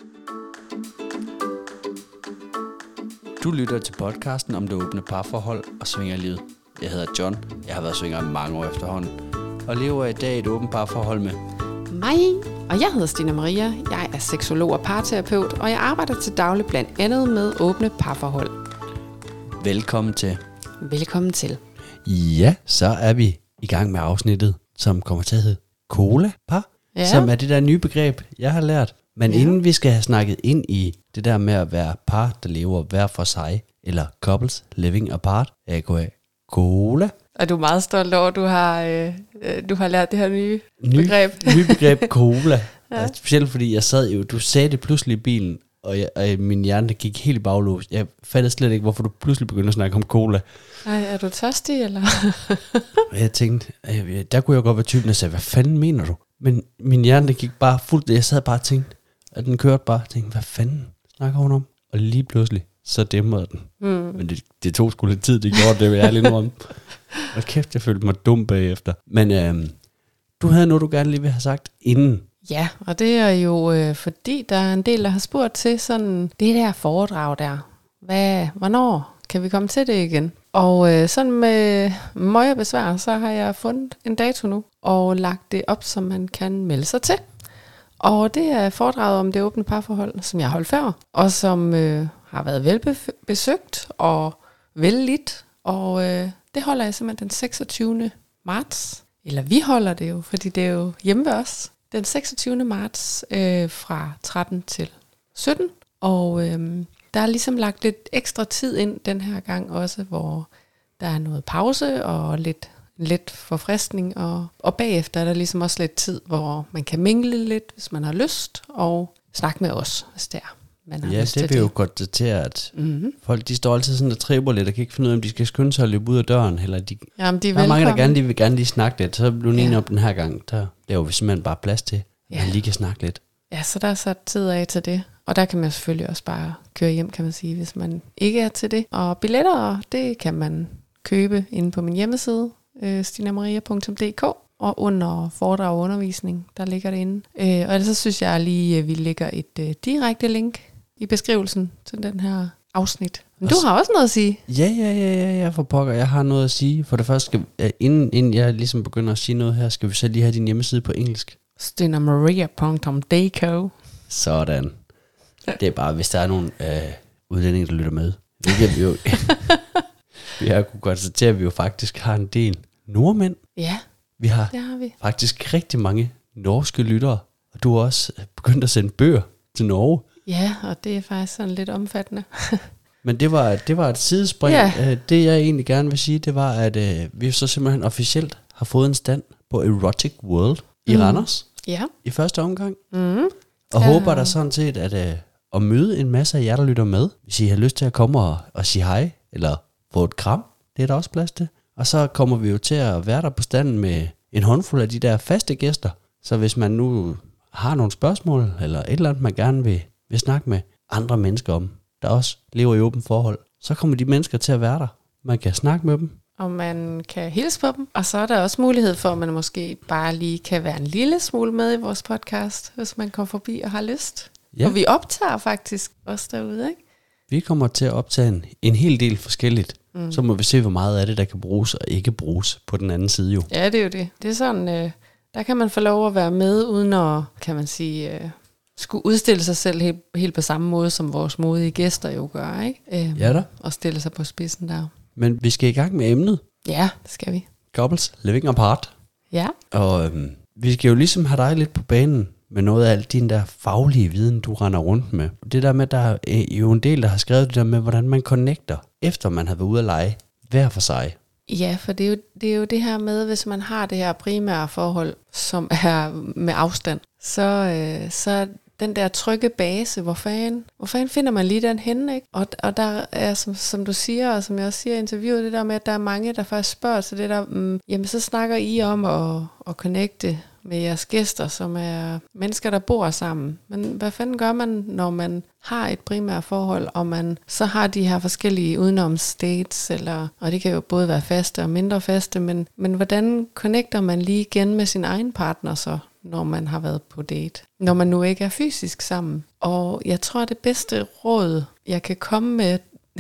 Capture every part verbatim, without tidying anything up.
Du lytter til podcasten om det åbne parforhold og svingerlivet. Jeg hedder John, jeg har været svinger i mange år efterhånden, og lever i dag et åbent parforhold med mig, og jeg hedder Stine Maria. Jeg er seksolog og parterapeut, og jeg arbejder til daglig blandt andet med åbne parforhold. Velkommen til. Velkommen til. Ja, så er vi i gang med afsnittet, som kommer til at hedde Cola-par, ja. Som er det der nye begreb, jeg har lært. Men ja. Inden vi skal have snakket ind i det der med at være par, der lever hver for sig, eller couples living apart, A K A Cola. Og du er meget stolt over, at du har, øh, du har lært det her nye Ny, begreb. Nye begreb Cola. Ja. Specielt fordi jeg sad jo, du sagde det pludselig i bilen, og, jeg, og min hjerne der gik helt i baglås. Jeg fattede slet ikke, hvorfor du pludselig begyndte at snakke om cola. Ej, er du tørstig, eller? Og jeg tænkte, der kunne jeg godt være typen, der sagde, hvad fanden mener du? Men min hjerne der gik bare fuldt, jeg sad bare og tænkte, at den kørte bare, og tænkte, hvad fanden snakker hun om? Og lige pludselig, så dæmmede den. Mm. Men det, det tog sgu lidt tid, det gjorde det, vil jeg lige nu om. Og kæft, jeg følte mig dum bagefter. Men øhm, du havde noget, du gerne lige ville have sagt inden. Ja, og det er jo øh, fordi, der er en del, der har spurgt til sådan, det der foredrag der. Hvad, hvornår kan vi komme til det igen? Og øh, sådan med møje besvær, så har jeg fundet en dato nu, og lagt det op, som man kan melde sig til. Og det er foredraget om det åbne parforhold, som jeg har holdt før, og som øh, har været velbesøgt og vellidt. Og øh, det holder jeg simpelthen den seksogtyvende marts. Eller vi holder det jo, fordi det er jo hjemme ved os. Den seksogtyvende marts øh, fra tretten til sytten. Og øh, der er ligesom lagt lidt ekstra tid ind den her gang også, hvor der er noget pause og lidt, lidt forfriskning. Og, og bagefter er der ligesom også lidt tid, hvor man kan mingle lidt, hvis man har lyst, og snakke med os, hvis det er. Man har ja, lyst det vil det. jo godt til, at mm-hmm. folk de står altid sådan og træber lidt, og kan ikke finde ud af, om de skal skynde sig at løbe ud af døren. Eller de, Jamen, de er der er mange, der gerne, de vil gerne lige snakke lidt. Så blev ja. en op den her gang, der laver vi simpelthen bare plads til, at ja. man lige kan snakke lidt. Ja, så der er sat tid af til det. Og der kan man selvfølgelig også bare køre hjem, kan man sige, hvis man ikke er til det. Og billetter, det kan man købe inde på min hjemmeside, øh, stinamaria punktum d k. Og under foredrag og undervisning, der ligger det inde. Øh, og ellers så synes jeg lige, at vi lægger et øh, direkte link i beskrivelsen til den her afsnit. Men du har også noget at sige. Ja, ja, ja, ja, ja, for pokker. Jeg har noget at sige. For det første, skal, uh, inden, inden jeg ligesom begynder at sige noget her, skal vi så lige have din hjemmeside på engelsk. stinamaria punktum d k. Sådan. Det er bare, hvis der er nogle øh, udlændinge, der lytter med. Det kan vi jo. Vi har kunnet konstatere, at vi jo faktisk har en del nordmænd. Ja, vi har, det har vi. Faktisk rigtig mange norske lyttere. Og du har også begyndt at sende bøger til Norge. Ja, og det er faktisk sådan lidt omfattende. Men det var, det var et sidespring. Ja. Det jeg egentlig gerne vil sige, det var, at øh, vi så simpelthen officielt har fået en stand på Erotic World i mm. Randers. Ja. I første omgang. Mm. Og ja. håber der sådan set, at, øh, at møde en masse af jer, der lytter med. Hvis I har lyst til at komme og, og sige hej, eller få et kram, det er der også plads til. Og så kommer vi jo til at være der på standen med en håndfuld af de der faste gæster. Så hvis man nu har nogle spørgsmål, eller et eller andet, man gerne vil, vil snakke med andre mennesker om, der også lever i åbent forhold, så kommer de mennesker til at være der. Man kan snakke med dem. Og man kan hilse på dem. Og så er der også mulighed for, at man måske bare lige kan være en lille smule med i vores podcast, hvis man kommer forbi og har lyst. Ja. Og vi optager faktisk også derude, ikke? Vi kommer til at optage en, en hel del forskelligt. Mm. Så må vi se, hvor meget af det, der kan bruges og ikke bruges på den anden side jo. Ja, det er jo det. Det er sådan, øh, der kan man få lov at være med, uden at, kan man sige, øh, skulle udstille sig selv helt, helt på samme måde, som vores modige gæster jo gør, ikke? Øh, ja da. Og stille sig på spidsen der. Men vi skal i gang med emnet. Ja, det skal vi. Couples living apart. Ja. Og øhm, vi skal jo ligesom have dig lidt på banen med noget af al din der faglige viden, du render rundt med. Det der med, der er jo en del, der har skrevet det der med, hvordan man connecter, efter man har været ude at lege hver for sig. Ja, for det er, jo, det er jo det her med, hvis man har det her primære forhold, som er med afstand, så, øh, så den der trygge base, hvor fanden, hvor fanden finder man lige den henne, ikke? Og, og der er, som, som du siger, og som jeg også siger i interviewet, det der med, at der er mange, der faktisk spørger til det der, mm, jamen så snakker I om at, at connecte med jeres gæster, som er mennesker, der bor sammen. Men hvad fanden gør man, når man har et primært forhold, og man så har de her forskellige udenomsdates, eller, og det kan jo både være faste og mindre faste, men, men hvordan connecter man lige igen med sin egen partner så, når man har været på date, når man nu ikke er fysisk sammen. Og jeg tror, det bedste råd, jeg kan komme med,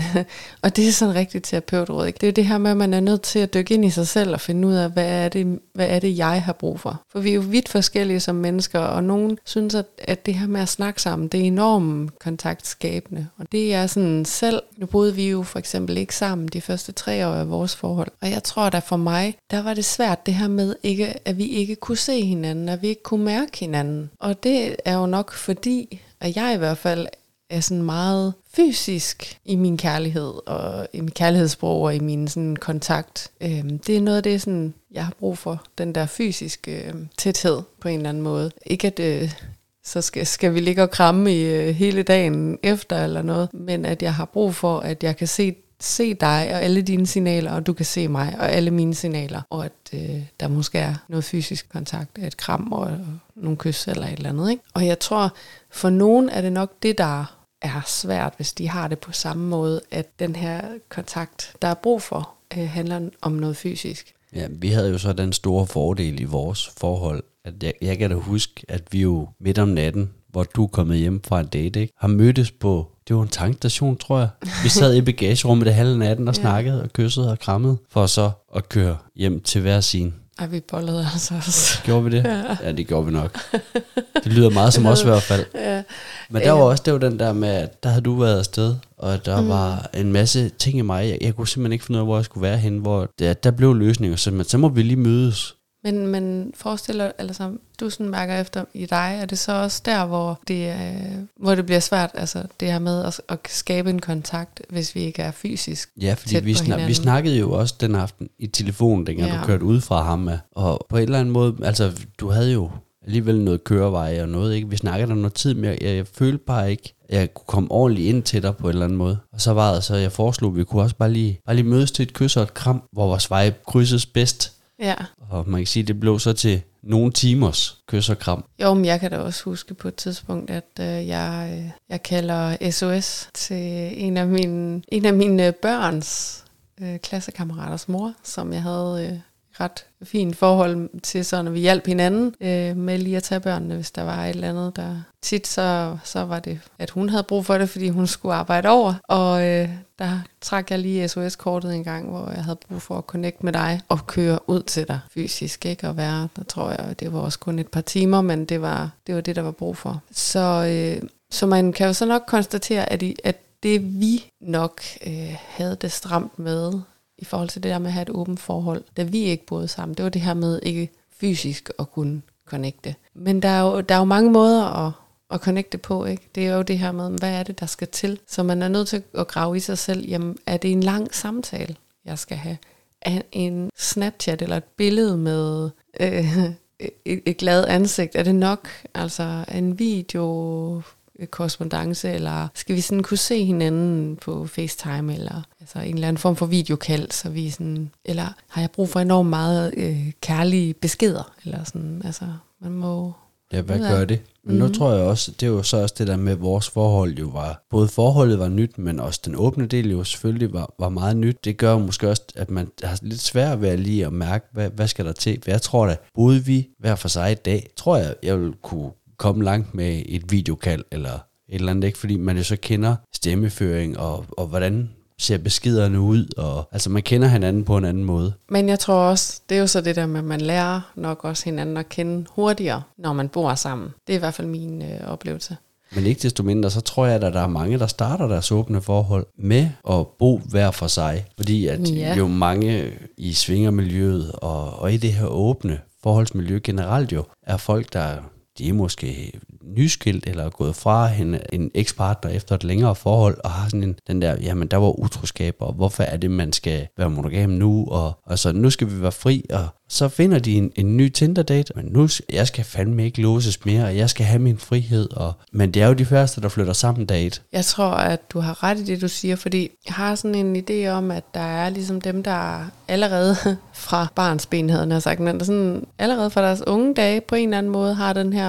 og det er sådan rigtig terapeutråd, ikke? Det er det her med, at man er nødt til at dykke ind i sig selv og finde ud af, hvad er det, hvad er det jeg har brug for. For vi er jo vidt forskellige som mennesker, og nogen synes, at, at det her med at snakke sammen, det er enormt kontaktskabende. Og det er sådan selv, nu boede vi jo for eksempel ikke sammen de første tre år af vores forhold. Og jeg tror, at for mig, der var det svært det her med, ikke, at vi ikke kunne se hinanden, at vi ikke kunne mærke hinanden. Og det er jo nok fordi, at jeg i hvert fald er sådan meget fysisk i min kærlighed, og i min kærlighedssprog, og i min sådan kontakt. Øhm, det er noget af det, sådan, jeg har brug for, den der fysiske øh, tæthed på en eller anden måde. Ikke at øh, så skal, skal vi ligge og kramme i øh, hele dagen efter eller noget, men at jeg har brug for, at jeg kan se, se dig og alle dine signaler, og du kan se mig og alle mine signaler, og at øh, der måske er noget fysisk kontakt, et kram og, og nogle kys eller et eller andet. Ikke? Og jeg tror, for nogen er det nok det, der er svært, hvis de har det på samme måde, at den her kontakt, der er brug for, øh, handler om noget fysisk. Ja, vi havde jo så den store fordel i vores forhold, at jeg, jeg kan da huske, at vi jo midt om natten, hvor du er kommet hjem fra en date, ikke, har mødtes på, det var en tankstation, tror jeg. Vi sad i bagagerummet det halve natten og ja. snakkede og kyssede og krammede, for så at køre hjem til hver sin. Ej, vi bollede altså også. Gjorde vi det? Ja, ja det gjorde vi nok. Det lyder meget som os i hvert fald. Ja. Men der var også det var den der med, at der havde du været afsted, og der mm. var en masse ting i mig. Jeg, jeg kunne simpelthen ikke finde ud af, hvor jeg skulle være henne, hvor der, der blev løsninger, så, men, så må vi lige mødes. Men, men forestil dig, altså, du sådan mærker efter i dig, er det så også der, hvor det, er, hvor det bliver svært, altså det her med at, at skabe en kontakt, hvis vi ikke er fysisk ja, fordi tæt vi, på snak, hinanden. vi snakkede jo også den aften i telefonen, dengang ja. du kørte ud fra ham, og på en eller anden måde, altså du havde jo alligevel noget køreveje og noget, ikke? Vi snakkede om noget tid, men jeg, jeg, jeg følte bare ikke, at jeg kunne komme ordentligt ind til dig på en eller anden måde. Og så var det så, jeg foreslog, at vi kunne også bare lige, bare lige mødes til et kys og et kram, hvor vores veje krydses bedst. Ja. Og man kan sige, at det blev så til nogle timers kys og kram. Jo, men jeg kan da også huske på et tidspunkt, at øh, jeg, øh, jeg kalder S O S til en af mine, en af mine børns øh, klassekammeraters mor, som jeg havde øh, ret fint forhold til, så når vi hjalp hinanden øh, med lige at tage børnene, hvis der var et eller andet, der tit så, så var det, at hun havde brug for det, fordi hun skulle arbejde over, og øh, der trak jeg lige S O S-kortet en gang, hvor jeg havde brug for at connecte med dig og køre ud til dig fysisk, ikke? Og være, der tror jeg, det var også kun et par timer, men det var det, var det der var brug for. Så, øh, så man kan jo så nok konstatere, at, I, at det vi nok øh, havde det stramt med, i forhold til det der med at have et åbent forhold, da vi ikke boede sammen, det var det her med ikke fysisk at kunne connecte. Men der er jo, der er jo mange måder at, at connecte på, ikke? Det er jo det her med, hvad er det, der skal til? Så man er nødt til at grave i sig selv, jamen er det en lang samtale, jeg skal have? Er en Snapchat eller et billede med øh, et, et glad ansigt, er det nok? Altså en video korrespondance, eller skal vi sådan kunne se hinanden på FaceTime, eller altså en eller anden form for videokald, så vi sådan, eller har jeg brug for enormt meget øh, kærlige beskeder, eller sådan, altså man må... Ja, hvad gør det? Men mm-hmm. nu tror jeg også, det er jo så også det der med, vores forhold jo var, både forholdet var nyt, men også den åbne del jo selvfølgelig var, var meget nyt. Det gør måske også, at man har lidt svært ved at lige at mærke, hvad, hvad skal der til? For jeg tror da, boede vi hver for sig i dag, tror jeg, jeg ville kunne komme langt med et videokald eller et eller andet, ikke? Fordi man jo så kender stemmeføring og, og hvordan ser beskederne ud, og altså man kender hinanden på en anden måde. Men jeg tror også, det er jo så det der med, at man lærer nok også hinanden at kende hurtigere, når man bor sammen. Det er i hvert fald min øh, oplevelse. Men ikke desto mindre, så tror jeg, at der er mange, der starter deres åbne forhold med at bo hver for sig. Fordi at ja. jo mange i svingermiljøet og, og i det her åbne forholdsmiljø generelt jo, er folk, der de er måske nyskilt eller gået fra en, en ekspartner efter et længere forhold og har sådan en, den der, jamen der var utroskab, og hvorfor er det, man skal være monogam nu, og, og så nu skal vi være fri, og så finder de en, en ny Tinder-date, men nu, jeg skal fandme ikke låses mere, og jeg skal have min frihed, og, men det er jo de første, der flytter sammen date. Jeg tror, at du har ret i det, du siger, fordi jeg har sådan en idé om, at der er ligesom dem, der allerede fra barnsben, havde jeg sagt, men der sådan, allerede fra deres unge dage på en eller anden måde har den her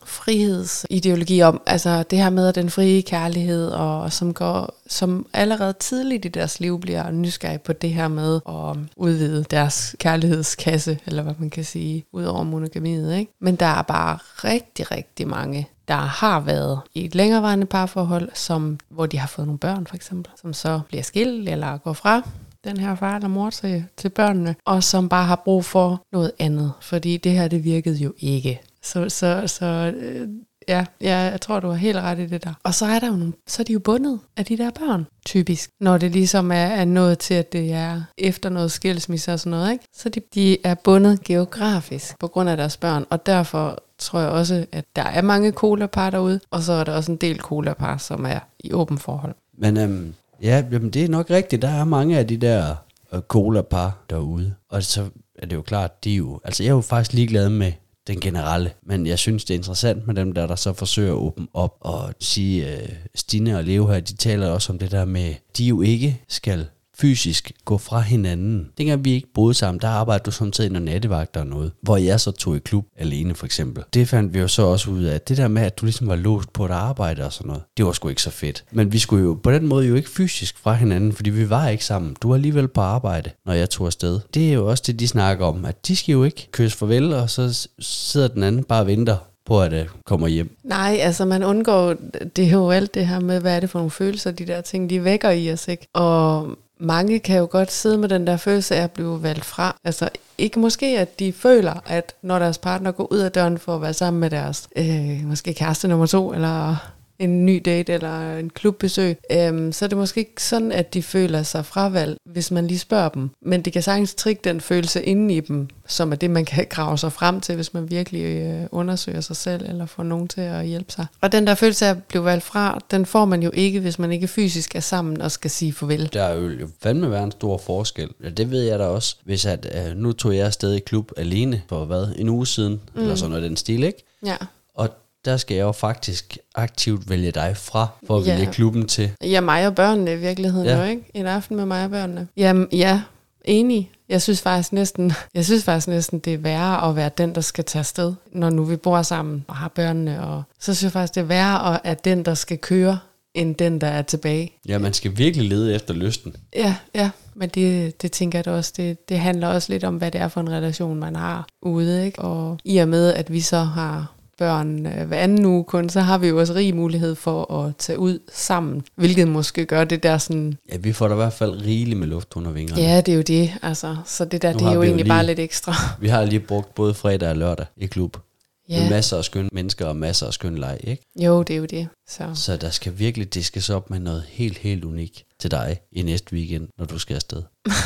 frihedsideologi om, altså det her med den frie kærlighed, og som går, som allerede tidligt i deres liv bliver nysgerrige på det her med at udvide deres kærlighedskasse, eller hvad man kan sige, ud over monogamiet, ikke? Men der er bare rigtig, rigtig mange, der har været i et længerevarende parforhold, som, hvor de har fået nogle børn for eksempel, som så bliver skilt eller går fra den her far eller mor til, til børnene, og som bare har brug for noget andet, fordi det her, det virkede jo ikke. Så, så, så øh, ja, ja, jeg tror, du har helt ret i det der. Og så er der jo nogle, så er de jo bundet af de der børn, typisk. Når det ligesom er, er nået til, at det er efter noget skilsmisse og sådan noget, ikke? Så de, de er bundet geografisk på grund af deres børn, og derfor tror jeg også, at der er mange cola-par derude, og så er der også en del cola-par, som er i åben forhold. Men øhm, ja, jamen, det er nok rigtigt. Der er mange af de der øh, cola-par derude. Og så er det jo klart, de er jo... Altså, jeg er jo faktisk ligeglad med den generelle, men jeg synes, det er interessant med dem, der, der så forsøger at åbne op og sige, øh, Stine og Leo her, de taler også om det der med, de jo ikke skal fysisk gå fra hinanden. Dengang vi ikke boede sammen, der arbejdede du sådan set i nogle nattevagter og noget, hvor jeg så tog i klub alene for eksempel. Det fandt vi jo så også ud af, det der med, at du ligesom var låst på et arbejde og sådan noget, det var sgu ikke så fedt. Men vi skulle jo på den måde jo ikke fysisk fra hinanden, fordi vi var ikke sammen. Du var alligevel på arbejde, når jeg tog afsted. Det er jo også det, de snakker om, at de skal jo ikke kysse farvel, og så sidder den anden bare og venter på, at det kommer hjem. Nej, altså man undgår, det er jo alt det her med, hvad er det for nogle følelser, de der ting, de vækker i os, ikke? Og mange kan jo godt sidde med den der følelse af at blive valgt fra. Altså ikke måske, at de føler, at når deres partner går ud af døren for at være sammen med deres øh, måske kæreste nummer to, eller en ny date, eller en klubbesøg, øh, så er det måske ikke sådan, at de føler sig fravalgt, hvis man lige spørger dem. Men det kan sagtens trigge den følelse inde i dem, som er det, man kan grave sig frem til, hvis man virkelig øh, undersøger sig selv, eller får nogen til at hjælpe sig. Og den der følelse af at blive valgt fra, den får man jo ikke, hvis man ikke fysisk er sammen og skal sige farvel. Der er jo fandme været en stor forskel. Ja, det ved jeg da også. Hvis at, øh, nu tog jeg afsted i klub alene for hvad, en uge siden, mm. eller sådan noget den stil, ikke? Ja. Og der skal jeg jo faktisk aktivt vælge dig fra, for at ja. vælge klubben til. Ja, mig og børnene i virkeligheden ja. jo, ikke? En aften med mig og børnene. Jamen, ja, enig. Jeg synes faktisk næsten, jeg synes faktisk næsten, det er værre at være den, der skal tage afsted, når nu vi bor sammen og har børnene. Og så synes jeg faktisk, det er værre at er den, der skal køre, end den, der er tilbage. Ja, man skal virkelig lede efter lysten. Ja, ja. Men det, det tænker jeg da også, det, det handler også lidt om, hvad det er for en relation, man har ude, ikke? Og i og med, at vi så har børn hver anden uge kun, så har vi jo også rig mulighed for at tage ud sammen, hvilket måske gør det der sådan... Ja, vi får da i hvert fald rigeligt med luft under vingerne. Ja, det er jo det, altså. Så det der, nu det er jo egentlig lige, bare lidt ekstra. Vi har lige brugt både fredag og lørdag i klub. Ja. Med masser af skønne mennesker og masser af skønne leg, ikke? Jo, det er jo det. Så, så der skal virkelig diskes op med noget helt, helt unikt til dig i næste weekend, når du skal afsted.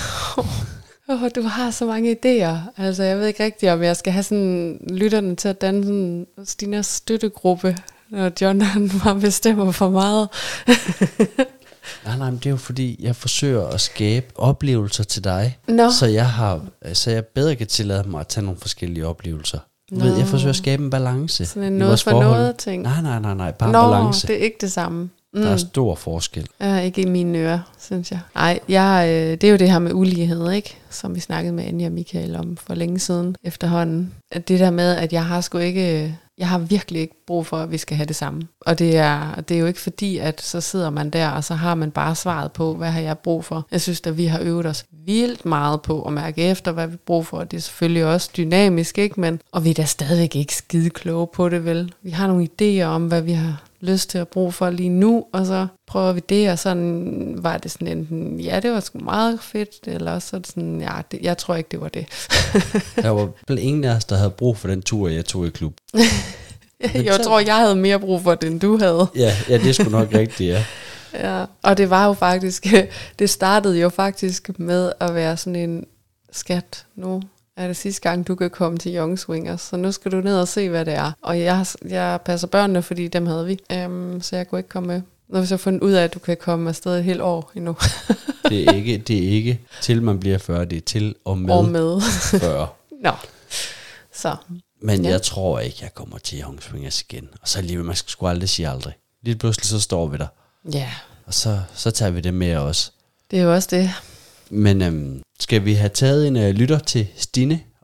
Oh, du har så mange idéer. Altså, jeg ved ikke rigtigt, om jeg skal have sådan lytterne til at danne sådan Stinas støttegruppe, når John han bare bestemmer for meget. nej, nej, men det er jo fordi, jeg forsøger at skabe oplevelser til dig, no. så, jeg har, så jeg bedre kan tillade mig at tage nogle forskellige oplevelser. No. Ved, jeg forsøger at skabe en balance. Sådan en noget for forhold. Noget ting. Nej, nej, nej, nej, bare Nå, balance. Det er ikke det samme. Mm. Der er stor forskel. Ja, ikke i mine ører, synes jeg. Nej, jeg, øh, det er jo det her med ulighed, ikke? Som vi snakkede med Anja og Michael om for længe siden efterhånden. At det der med, at jeg har sgu ikke... Jeg har virkelig ikke brug for, at vi skal have det samme. Og det er, det er jo ikke fordi, at så sidder man der, og så har man bare svaret på, hvad har jeg brug for. Jeg synes, at vi har øvet os vildt meget på at mærke efter, hvad vi har brug for. Det er selvfølgelig også dynamisk, ikke? Men, og vi er da stadigvæk ikke skide kloge på det, vel? Vi har nogle idéer om, hvad vi har lyst til at bruge for lige nu, og så prøver vi det, og sådan var det sådan enten, ja, det var sgu meget fedt, eller også sådan, ja, det, jeg tror ikke, det var det. Der var ingen af os, der havde brug for den tur, jeg tog i klub. Jeg tror, jeg havde mere brug for det, end du havde. Ja, ja, det er sgu nok rigtigt, ja. Ja, og det var jo faktisk, det startede jo faktisk med at være sådan en skat nu. Er det sidste gang, du kan komme til Young Swingers, så nu skal du ned og se, hvad det er. Og jeg, jeg passer børnene, fordi dem havde vi, um, så jeg kunne ikke komme med. Nu har vi så fundet ud af, at du kan komme afsted et helt år endnu. det, er ikke, det er ikke til man bliver fyrre, det er til og med, og med. fyrre. Nå, så. Men ja. Jeg tror ikke, jeg kommer til Young Swingers igen. Og så alligevel, man skal sgu aldrig sige aldrig. Lige pludselig så står vi der. Ja. Og så, så tager vi det med os. Det er jo også det. Men øhm, skal vi have taget en uh, lytter til Stine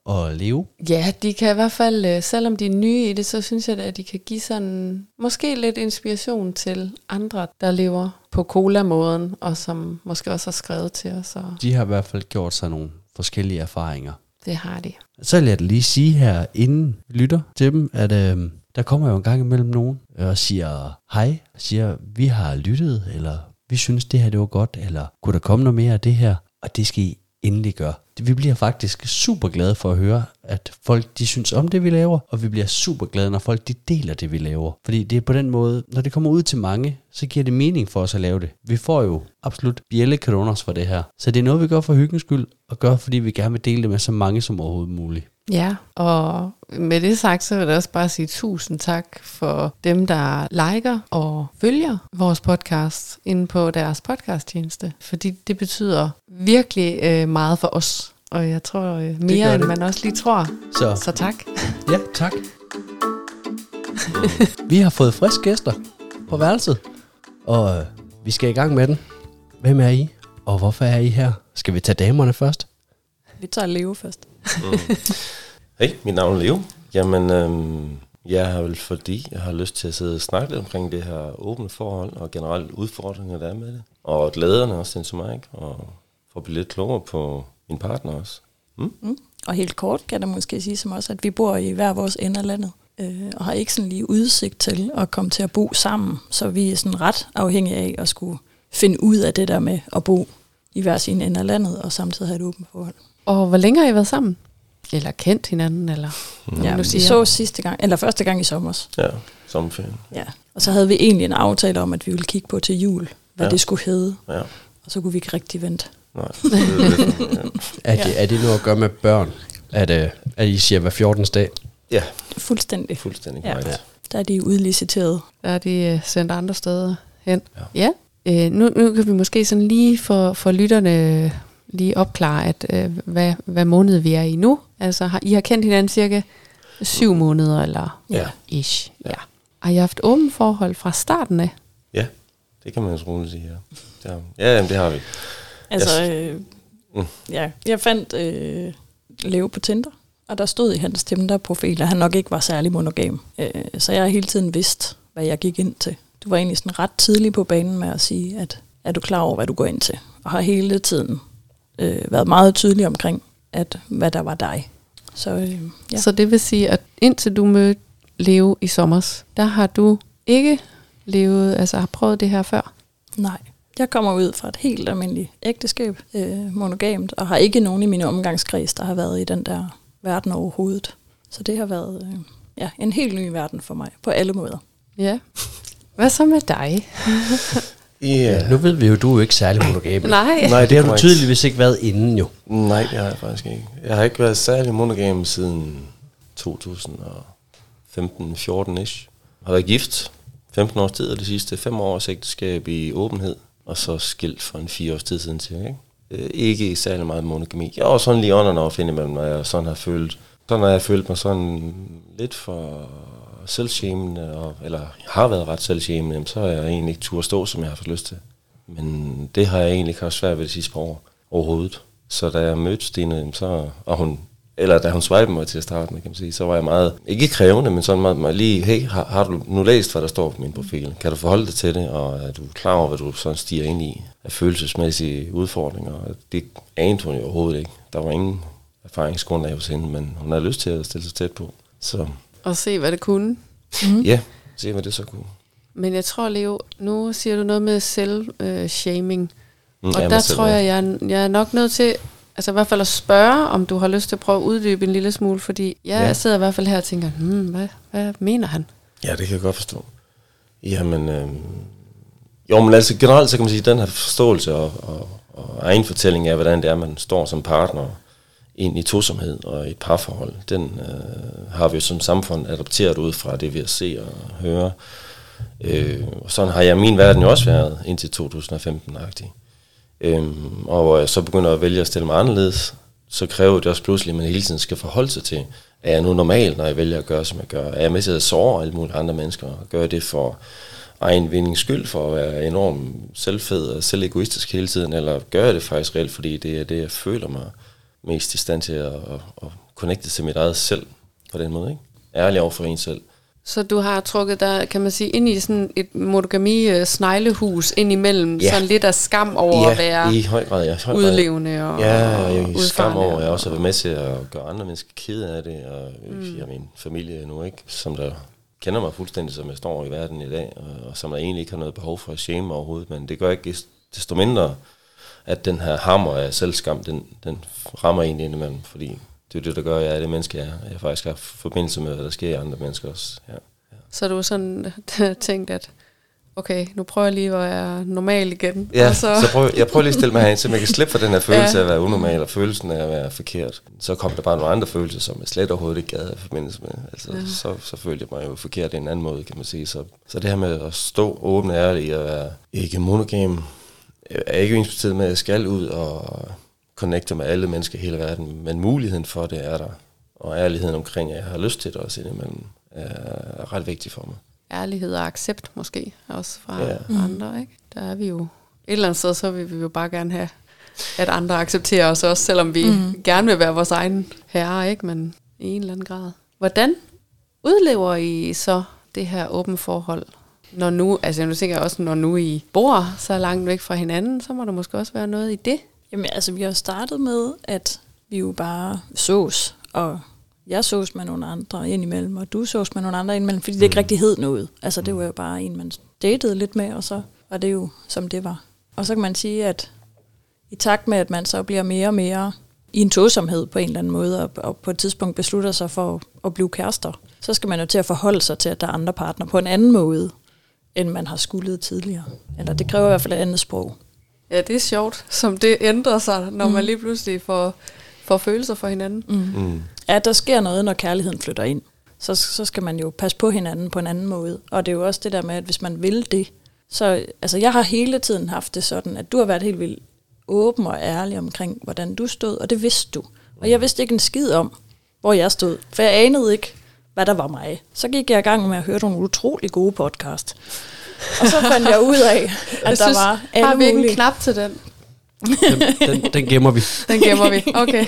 at leve? Ja, de kan i hvert fald, øh, selvom de er nye i det, så synes jeg, at de kan give sådan måske lidt inspiration til andre, der lever på cola-måden, og som måske også har skrevet til os. Og De har i hvert fald gjort sig nogle forskellige erfaringer. det har de. Så vil jeg da lige sige her, inden vi lytter til dem, at øh, der kommer jo en gang imellem nogen og siger hej, og siger, vi har lyttet, eller vi synes, det her det var godt, eller kunne der komme noget mere af det her? Og det skal I endelig gøre. Vi bliver faktisk super glade for at høre, at folk de synes om det, vi laver, og vi bliver super glade, når folk de deler det, vi laver. Fordi det er på den måde, når det kommer ud til mange, så giver det mening for os at lave det. Vi får jo absolut bjællekanoner for det her. Så det er noget, vi gør for hyggens skyld, og gør, fordi vi gerne vil dele det med så mange som overhovedet muligt. Ja, og med det sagt, så vil jeg også bare sige tusind tak for dem, der liker og følger vores podcast inde på deres podcasttjeneste. Fordi det betyder virkelig øh, meget for os. Og jeg tror øh, mere, end man også lige tror. Så, Så tak. ja, tak. Vi har fået friske gæster på værelset, og øh, vi skal i gang med den. Hvem er I, og hvorfor er I her? Skal vi tage damerne først? Vi tager Leo først. Mm. Hej, mit navn er Leo. Jamen, øhm, jeg har vel fordi, jeg har lyst til at sidde og snakke lidt omkring det her åbne forhold, og generelt udfordringer, der er med det. Og glæderne også til mig, ikke? Og for at blive lidt klogere på min partner også. Mm? Mm. Og helt kort kan der måske sige som også, at vi bor i hver vores ende af landet, øh, og har ikke sådan lige udsigt til at komme til at bo sammen. Så vi er sådan ret afhængige af at skulle finde ud af det der med at bo i hver sin ende af landet, og samtidig have et åbent forhold. Og hvor længe har I været sammen? Eller kendt hinanden? Eller Mm. Ja, vi så sidste gang, eller første gang i sommer. Ja, sommerferien. Ja. Og så havde vi egentlig en aftale om, at vi ville kigge på til jul, hvad Ja. det skulle hedde. Ja. Og så kunne vi ikke rigtig vente. Nej. Det er lidt, ja. Er det, er det noget at gøre med børn? At, øh, at I siger hver fjortende dag? Ja, Fuldstændig. fuldstændig Ja. korrekt. Der er de udliciteret. der er de øh, sendt andre steder hen? Ja. Ja. Øh, nu, nu kan vi måske sådan lige for, for lytterne lige opklare, at øh, hvad, hvad måned vi er i nu. Altså, har, I har kendt hinanden cirka syv måneder, eller Ja. ish. Ja. Har I haft åbent forhold fra starten af? Ja, det kan man jo roligt sige, ja. Ja, ja jamen, det har vi. Altså, Yes. øh, Mm. ja, jeg fandt øh, Leo på Tinder, og der stod i hans Tinder-profil, at han nok ikke var særlig monogam. Øh, så jeg har hele tiden vidst, hvad jeg gik ind til. Du var egentlig sådan ret tidlig på banen med at sige, at er du klar over, hvad du går ind til? Og har hele tiden øh, været meget tydelig omkring, at hvad der var dig. Så øh, ja. Så det vil sige, at indtil du mødte Leo i sommers, der har du ikke levet, altså har prøvet det her før? Nej. Jeg kommer ud fra et helt almindeligt ægteskab, øh, monogamt, og har ikke nogen i min omgangskreds, der har været i den der verden overhovedet. Så det har været øh, ja, en helt ny verden for mig, på alle måder. Ja. Hvad så med dig? Ja. Nu ved vi jo, du er jo ikke særlig monogam. Nej. Nej, Det har du korrekt. tydeligvis ikke været inden jo. Nej, det har jeg faktisk ikke. Jeg har ikke været særlig monogam siden to tusind og femten fjorten-ish. Jeg har været gift femten års tid, og de sidste fem års ægteskab i åbenhed, og så skilt for en fire års tid siden til, ikke? Øh, ikke særlig meget monogami. Jeg var sådan lige on and off indimellem, når jeg sådan har følt, sådan har jeg følt mig sådan lidt for selvshamende, og, eller har været ret selvshamende, så har jeg egentlig ikke turde stå, som jeg har fået lyst til. Men det har jeg egentlig ikke haft svært ved de sidste par år overhovedet. Så da jeg mødte Stine, så, og hun, eller da hun swipede mig til at starte med, kan man sige, så var jeg meget, ikke krævende, men sådan meget, meget lige, hey, har, har du nu læst, hvad der står på min profil? Kan du forholde dig til det, og er du klar over, hvad du sådan stiger ind i af følelsesmæssige udfordringer? Det anede hun jo overhovedet ikke. Der var ingen erfaringsgrundlag hos hende, men hun havde lyst til at stille sig tæt på. Så Og se, hvad det kunne. Mm. ja, se hvad det så kunne. Men jeg tror, Leo, nu siger du noget med selv-shaming. Mm, Og ja, der mig selv, tror ja. jeg, jeg er, jeg er nok nødt til, altså i hvert fald at spørge, om du har lyst til at prøve at uddybe en lille smule, fordi jeg Ja. sidder i hvert fald her og tænker, hmm, hvad, hvad mener han? Ja, det kan jeg godt forstå. Jamen, øh, jo, men altså generelt, så kan man sige, at den her forståelse og, og, og egen fortælling af, hvordan det er, man står som partner ind i tosomhed og i et parforhold, den øh, har vi jo som samfund adopteret ud fra det, vi har set og høre. Øh, og sådan har jeg min verden jo også været indtil to tusind og femten-agtig. Øhm, og hvor jeg så begynder at vælge at stille mig anderledes, så kræver det også pludselig, at man hele tiden skal forholde sig til, er jeg nu normal, når jeg vælger at gøre, som jeg gør? Er jeg med til at såre alle mulige andre mennesker, og gøre det for egen vindings skyld, for at være enormt selvfed og selvegoistisk hele tiden, eller gør jeg det faktisk reelt, fordi det er det, jeg føler mig mest i stand til at, at, at connecte til mit eget selv på den måde, ikke? Ærlig over for en selv. Så du har trukket dig, kan man sige, ind i sådan et monogami-sneglehus ind imellem, ja. Sådan lidt af skam over ja, at være i høj grad, ja, i høj grad. udlevende og Ja, og jeg udfarende. skam over, at jeg også har været med til at gøre andre mennesker kede af det, og mm. jeg min familie nu, ikke, som der kender mig fuldstændig, som jeg står i verden i dag, og, og som jeg egentlig ikke har noget behov for at shame overhovedet, men det gør ikke desto mindre, at den her hammer af selvskam, den, den rammer egentlig indimellem, fordi det er det, der gør, at jeg er det menneske, jeg er. Jeg faktisk har forbindelse med, hvad der sker i andre mennesker også. Ja. Ja. Så du har sådan tænkt, at okay, nu prøver jeg lige at være normal igen. Ja, så, så prøv, jeg prøver lige at stille mig herind, så man kan slippe for den her følelse ja. af at være unormal, og følelsen af at være forkert. Så kom der bare nogle andre følelser, som jeg slet overhovedet ikke gad i forbindelse med. Altså, ja. så, så følte jeg mig jo forkert i en anden måde, kan man sige. Så, så det her med at stå åben og ærlig og være ikke monogam, er ikke ensbetydende med, at jeg skal ud og connecte med alle mennesker i hele verden, men muligheden for det er der, og ærligheden omkring, at jeg har lyst til det også indimellem, er ret vigtigt for mig. Ærlighed og accept måske, også fra ja. andre, ikke? Der er vi jo, et eller andet sted, så vil vi jo bare gerne have, at andre accepterer os også, selvom vi mm. gerne vil være vores egen herre, ikke? Men i en eller anden grad. Hvordan udlever I så det her åbne forhold? Når nu, altså nu tænker jeg også, når nu I bor så langt væk fra hinanden, så må der måske også være noget i det. Jamen altså, vi har startet med, at vi jo bare sås, og jeg sås med nogle andre indimellem, og du sås med nogle andre indimellem, fordi det ikke rigtig hed noget. Altså det var jo bare en, man datede lidt med, og så var det jo, som det var. Og så kan man sige, at i takt med, at man så bliver mere og mere i en tosomhed på en eller anden måde, og, og på et tidspunkt beslutter sig for at, at blive kærester, så skal man jo til at forholde sig til, at der er andre partner på en anden måde, end man har skuldet tidligere. Eller det kræver i hvert fald et andet sprog. Ja, det er sjovt, som det ændrer sig, når mm. man lige pludselig får, får følelser for hinanden. Mm. Mm. Ja, der sker noget, når kærligheden flytter ind. Så, så skal man jo passe på hinanden på en anden måde. Og det er jo også det der med, at hvis man vil det, så altså jeg har hele tiden haft det sådan, at du har været helt vildt åben og ærlig omkring, hvordan du stod, og det vidste du. Og jeg vidste ikke en skid om, hvor jeg stod, for jeg anede ikke, hvad der var mig. Så gik jeg i gang med at høre nogle utrolig gode podcast. Og så fandt jeg ud af, at jeg der synes, var alle har vi ikke mulige. en knap til den? Den, den, den gemmer vi. Den gemmer vi, okay.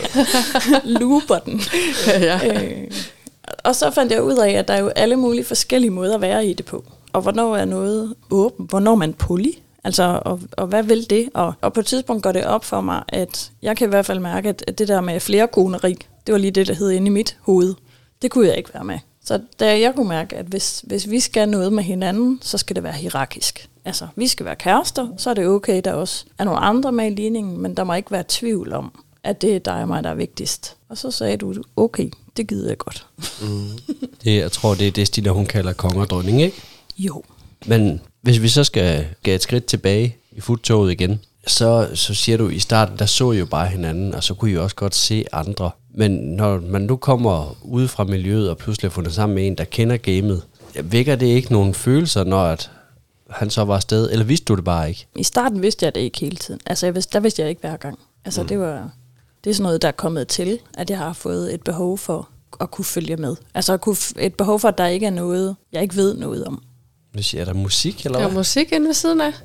Looper den. ja. øh, og så fandt jeg ud af, at der er jo alle mulige forskellige måder at være i det på. Og hvornår er noget åbent? Hvornår er man poly? Altså, og, og hvad vil det? Og, og på et tidspunkt går det op for mig, at jeg kan i hvert fald mærke, at det der med flerkoneri, det var lige det, der hed inde i mit hoved. Det kunne jeg ikke være med. Så da jeg kunne mærke, at hvis, hvis vi skal noget med hinanden, så skal det være hierarkisk. Altså, vi skal være kærester, så er det okay, der også er nogle andre med i ligningen, men der må ikke være tvivl om, at det er dig og mig, der er vigtigst. Og så sagde du, okay, det gider jeg godt. Mm. Det, jeg tror, det er det stil, hun kalder konge og dronning, ikke? Jo. Men hvis vi så skal gå et skridt tilbage i futtoget igen, så, så siger du, i starten, der så I jo bare hinanden, og så kunne I også godt se andre. Men når man nu kommer ud fra miljøet og pludselig har fundet sammen med en, der kender gamet, vækker det ikke nogen følelser, når at han så var afsted? Eller vidste du det bare ikke? I starten vidste jeg det ikke hele tiden. Altså, jeg vidste, der vidste jeg ikke hver gang. Altså, mm. det var det er sådan noget, der er kommet til, at jeg har fået et behov for at kunne følge med. Altså, at kunne, et behov for, at der ikke er noget, jeg ikke ved noget om. Hvad siger, er der musik, eller hvad? Der er musik inde ved siden af.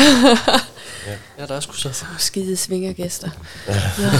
ja. ja, der er sgu så. Så skide svingergæster. Ja.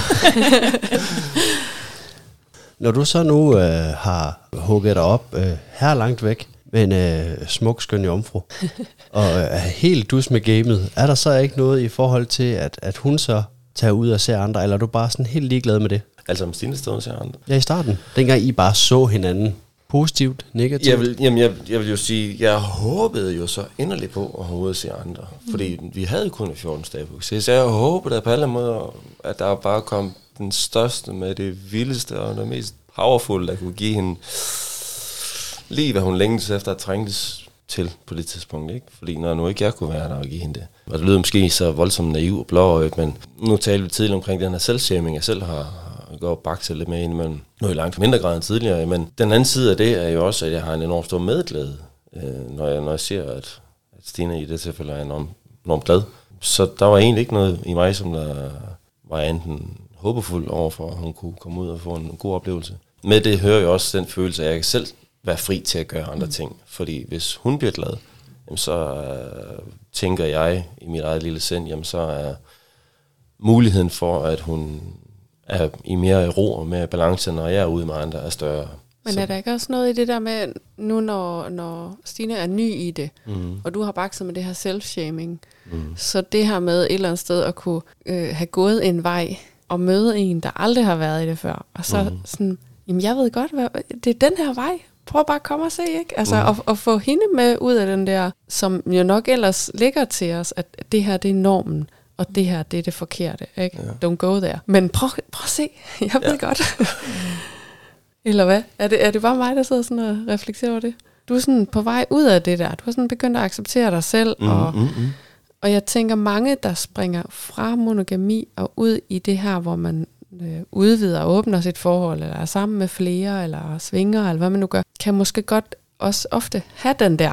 Når du så nu øh, har hugget dig op øh, her langt væk med en øh, smuk, skøn jomfru, og øh, er helt dus med gamet, er der så ikke noget i forhold til, at, at hun så tager ud og ser andre, eller er du bare sådan helt ligeglad med det? Altså om Stine stod og ser andre? Ja, i starten. Dengang I bare så hinanden. Positivt, negativt? Jeg vil, jamen jeg, jeg vil jo sige, jeg håbede jo så inderligt på at have ud og se andre. Mm. Fordi vi havde kun fjorten dage på succes. Så jeg håbede på alle måder, at der bare kom den største med det vildeste og det mest powerful, der kunne give hende lige, hvad hun længtes efter at trængtes til på det tidspunkt. Ikke? Fordi når nu ikke jeg kunne være der og give hende det. Og det lyder måske så voldsomt naiv og blåøjet, men nu talte vi tidligere omkring den her selvshaming, jeg selv har går og bakse lidt med indimellem. Nu er i langt mindre grad end tidligere, men den anden side af det er jo også, at jeg har en enormt stor medglæde, øh, når, jeg, når jeg ser, at, at Stine i det tilfælde er enormt, enormt glad. Så der var egentlig ikke noget i mig, som der var enten håbefuld overfor, at hun kunne komme ud og få en god oplevelse. Med det hører jo også den følelse, at jeg kan selv være fri til at gøre andre mm. ting. Fordi hvis hun bliver glad, jamen så øh, tænker jeg i mit eget lille sind, jamen så er muligheden for, at hun er i mere ro og mere balance, når jeg er ude med andre, er større. Men så. Er der ikke også noget i det der med, nu når, når Stine er ny i det, Mm. og du har bakset med det her self-shaming, Mm. så det her med et eller andet sted at kunne øh, have gået en vej, og møde en, der aldrig har været i det før, og så Mm. sådan, jamen jeg ved godt, hvad, det er den her vej, prøv bare at komme og se, ikke? Altså Mm. at, at få hende med ud af den der, som jo nok ellers ligger til os, at det her, det er normen, og det her, det er det forkerte, ikke? Ja. Don't go there. Men prøv, prøv at se, jeg ved Ja. godt. Eller hvad? Er det, er det bare mig, der sidder sådan og reflekterer over det? Du er sådan på vej ud af det der. Du har sådan begyndt at acceptere dig selv. Mm, Og, mm, mm. og jeg tænker, mange, der springer fra monogami og ud i det her, hvor man øh, udvider og åbner sit forhold, eller er sammen med flere, eller svinger, eller hvad man nu gør, kan måske godt også ofte have den der,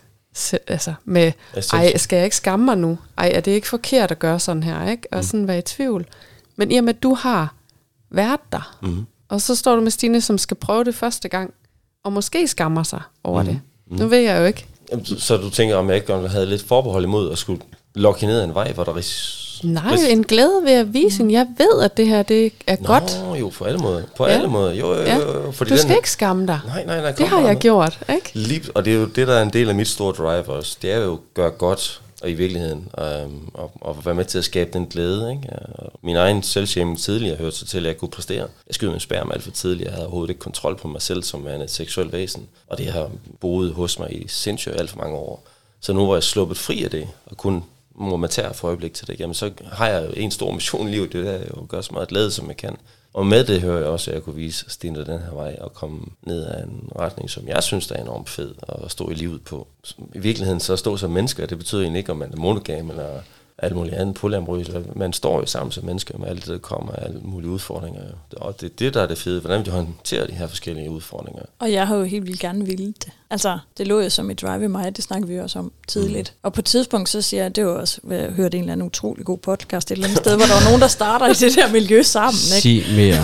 se- altså med, ej, skal jeg ikke skamme mig nu? Ej, er det ikke forkert at gøre sådan her, ikke? Og Mm. sådan være i tvivl. Men i og med, at du har været der, Mm. og så står du med Stine, som skal prøve det første gang, og måske skammer sig over Mhm. det. Mhm. Nu ved jeg jo ikke. Jamen, så, så du tænker, om jeg ikke godt havde lidt forbehold imod at skulle lokke ned ad en vej, hvor der ris... Nej, ris- en glæde ved at vise hende. Jeg ved, at det her det er Nå, godt. jo, på alle måder. På Ja. alle måder. Jo, jo, Ja. jo, jo. Fordi Du den skal her- ikke skamme dig. Nej, nej, nej. Det kom har bare jeg nu. gjort, ikke? Lige, og det er jo det, der er en del af mit store drive også. Det er jo at gøre godt, og i virkeligheden, øhm, og, og være med til at skabe den glæde. Ikke? Og min egen selvshaming tidligere hørte sig til, at jeg kunne præstere. Jeg skød min sperma alt for tidligt. Jeg havde overhovedet ikke kontrol på mig selv som værende et seksuelt væsen. Og det har boet hos mig i sindssygt alt for mange år. Så nu hvor jeg sluppet fri af det, og kun må man tage for øjeblik til det, jamen så har jeg jo en stor mission i livet, det er jo at gøre så meget glæde, som jeg kan. Og med det hører jeg også, at jeg kunne vise Stine den her vej og komme ned ad en retning, som jeg synes, der er enormt fed at stå i livet på. I virkeligheden så at stå som mennesker, det betyder egentlig ikke, om man er monogam eller alt muligt andet polyamorøs. Man står jo sammen som mennesker med alt det, der kommer af alle mulige udfordringer. Og det er det, der er det fede, hvordan vi håndterer de her forskellige udfordringer. Og jeg har jo helt vildt gerne ville det. Altså, det lå jo som et drive i mig, det snakker vi også om tidligt. Mm. Og på et tidspunkt, så siger jeg, det var også, jeg hørte en eller anden utrolig god podcast et eller andet sted, hvor der var nogen, der starter i det der miljø sammen, ikke? Sig mere.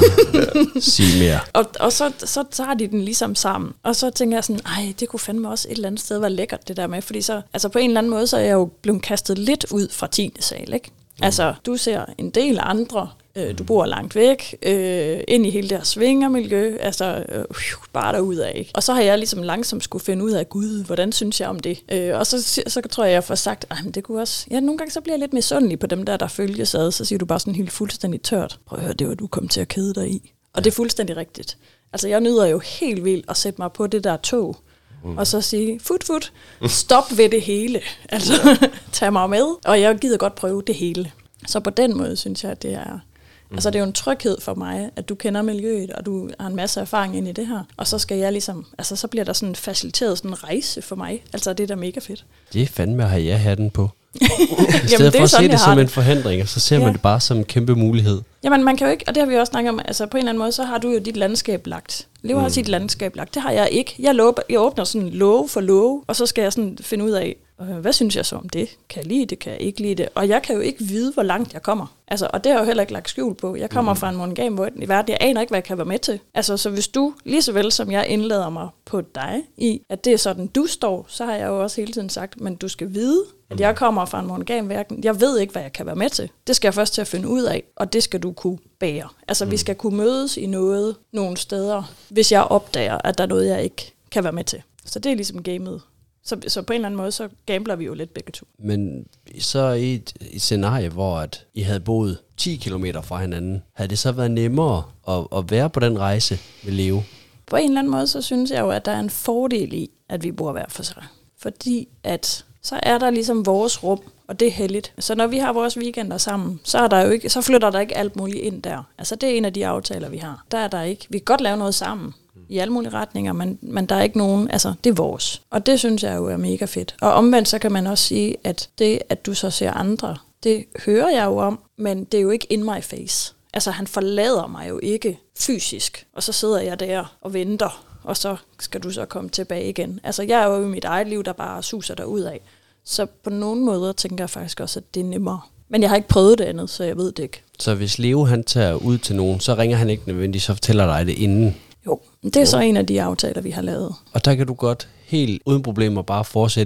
Sig mere. Og, og så, så tager de den ligesom sammen. Og så tænker jeg sådan, ej, det kunne fandme også et eller andet sted være lækkert, det der med. Fordi så, altså på en eller anden måde, så er jeg jo blevet kastet lidt ud fra tiende sal, ikke? Mm. Altså, du ser en del andre, øh, du bor langt væk, øh, ind i hele det her svingermiljø, altså øh, bare derudad, ikke? Og så har jeg ligesom langsomt skulle finde ud af, gud, hvordan synes jeg om det? Øh, og så, så tror jeg, jeg får sagt, ej, men det kunne også... Ja, nogle gange så bliver jeg lidt misundelig på dem der, der følges ad, så siger du bare sådan helt fuldstændig tørt. Prøv at høre, det var du kom til at kede dig i. Og det er fuldstændig rigtigt. Altså, jeg nyder jo helt vildt at sætte mig på det der tog, mm. og så sige, fut, fut, stop ved det hele. Altså, tag mig med, og jeg gider godt prøve det hele. Så på den måde synes jeg, at det er... Mm. Altså, det er jo en tryghed for mig, at du kender miljøet, og du har en masse erfaring ind i det her. Og så skal jeg ligesom... Altså, så bliver der sådan faciliteret sådan en rejse for mig. Altså, det er da mega fedt. Det er fandme at have ja-hatten på. I Jamen, stedet det for er at se sådan, det jeg som har en det. forhindring, og så ser man Ja. det bare som en kæmpe mulighed. Jamen, man kan jo ikke, og det har vi også snakket om, altså på en eller anden måde, så har du jo dit landskab lagt. Leo har sit landskab lagt. Det har jeg ikke. Jeg, låber, jeg åbner sådan love for love, og så skal jeg sådan finde ud af, øh, hvad synes jeg så om det? Kan jeg lide det? Kan jeg ikke lide det? Og jeg kan jo ikke vide, hvor langt jeg kommer. Altså, og det har jeg jo heller ikke lagt skjul på. Jeg kommer mm. fra en monogam verden. Jeg aner ikke, hvad jeg kan være med til. Altså, så hvis du, lige så vel som jeg indlader mig på dig i, at det er sådan, du står, så har jeg jo også hele tiden sagt, men du skal vide, at jeg kommer fra en monogam verden. Jeg ved ikke, hvad jeg kan være med til. Det skal jeg først til at finde ud af, og det skal du kunne bære. Altså, mm. vi skal kunne mødes i noget, nogle steder, hvis jeg opdager, at der er noget, jeg ikke kan være med til. Så det er ligesom gamet. Så, så på en eller anden måde, så gambler vi jo lidt begge to. Men så i et, et scenarie, hvor at I havde boet ti kilometer fra hinanden, havde det så været nemmere at, at være på den rejse med Leo? På en eller anden måde, så synes jeg jo, at der er en fordel i, at vi bor hver for sig. Fordi at så er der ligesom vores rum, og det er heldigt. Så når vi har vores weekender sammen, så, er der jo ikke, så flytter der ikke alt muligt ind der. Altså det er en af de aftaler, vi har. Der er der ikke. Vi kan godt lave noget sammen i alle mulige retninger, men, men der er ikke nogen, altså det er vores. Og det synes jeg jo er mega fedt. Og omvendt så kan man også sige, at det, at du så ser andre, det hører jeg jo om, men det er jo ikke in my face. Altså han forlader mig jo ikke fysisk, og så sidder jeg der og venter, og så skal du så komme tilbage igen. Altså jeg er jo i mit eget liv, der bare suser derudad. Så på nogle måder tænker jeg faktisk også, at det er nemmere. Men jeg har ikke prøvet det andet, så jeg ved det ikke. Så hvis Leo han tager ud til nogen, så ringer han ikke nødvendigt, så fortæller dig det inden? Jo, det er jo så en af de aftaler, vi har lavet. Og der kan du godt helt uden problemer bare fortsætte i,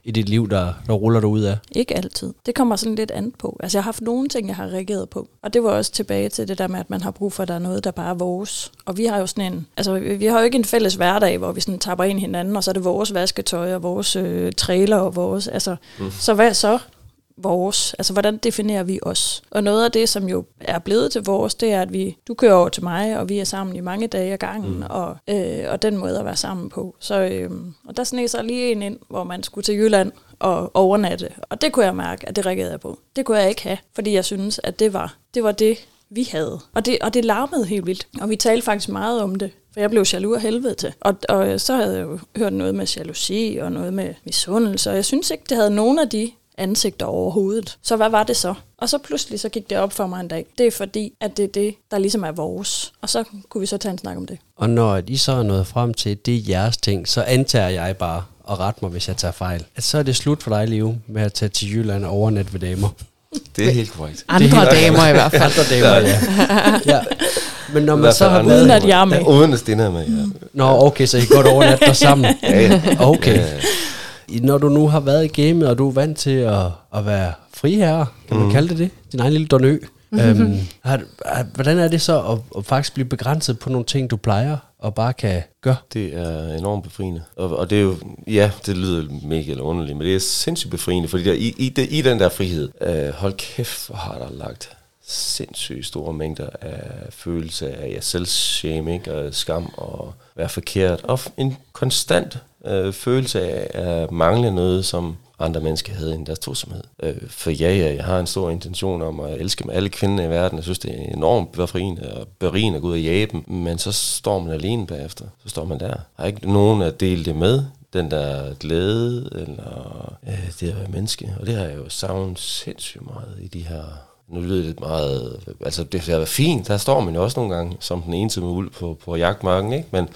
i dit liv, der, der ruller dig ud af? Ikke altid. Det kommer sådan lidt andet på. Altså jeg har haft nogle ting, jeg har reageret på. Og det var også tilbage til det der med, at man har brug for, at der er noget, der bare er vores. Og vi har jo sådan en, altså vi har jo ikke en fælles hverdag, hvor vi sådan tapper ind hinanden, og så er det vores vasketøj og vores øh, trailer og vores, altså mm. så hvad så? Vores, altså hvordan definerer vi os? Og noget af det, som jo er blevet til vores, det er, at vi, du kører over til mig, og vi er sammen i mange dage ad gangen, mm. og, øh, og den måde at være sammen på. Så, øh, og der sneg sig lige en ind, hvor man skulle til Jylland og overnatte, og det kunne jeg mærke, at det reagerede jeg på. Det kunne jeg ikke have, fordi jeg synes, at det var det, var det vi havde. Og det, og det larmede helt vildt, og vi talte faktisk meget om det. For jeg blev jaloux af helvede til. Og, og så havde jeg jo hørt noget med jalousi og noget med misundelse, og jeg synes ikke, det havde nogen af de ansigter overhovedet. Så hvad var det så? Og så pludselig så gik det op for mig en dag. Det er fordi, at det er det, der ligesom er vores. Og så kunne vi så tage en snak om det. Og når I så er nået frem til, det er jeres ting, så antager jeg bare, og ret mig, hvis jeg tager fejl, at så er det slut for dig, Liv, med at tage til Jylland og overnat ved damer. Det er helt korrekt. Andre helt damer i hvert fald. Andre damer, ja. ja. Men når man så har været... Uden at jeg er med. Ja, uden at Stina med, ja. Nå, okay, så I godt overnat der sammen. Ja, ja. Okay. Ja, ja. Når du nu har været i gamet, og du er vant til at, at være friherre, kan man mm. kalde det det? Din egen lille donø. Mm-hmm. Øhm, har, har, hvordan er det så at, at faktisk blive begrænset på nogle ting, du plejer og bare kan gøre? Det er enormt befriende. Og, og det er jo, ja, det lyder mega eller underligt, men det er sindssygt befriende, fordi der, i, i, de, i den der frihed, øh, hold kæft, hvor har der lagt sindssygt store mængder af følelse af ja, selvshame, ikke? Og skam og være forkert. Og en konstant øh, følelse af at mangle noget, som andre mennesker havde i deres tosomhed. Øh, for ja, ja, jeg har en stor intention om at elske med alle kvinder i verden. Jeg synes, det er enormt befriende og berigende at gå ud og jage dem. Men så står man alene bagefter. Så står man der. Der er ikke nogen at dele det med. Den der glæde, eller øh, det at være menneske. Og det har jeg jo savnet sindssygt meget i de her... Nu lyder det lidt meget... Altså, det har været fint. Der står man jo også nogle gange som den ensomme ulv på, på jagtmarken, ikke? Men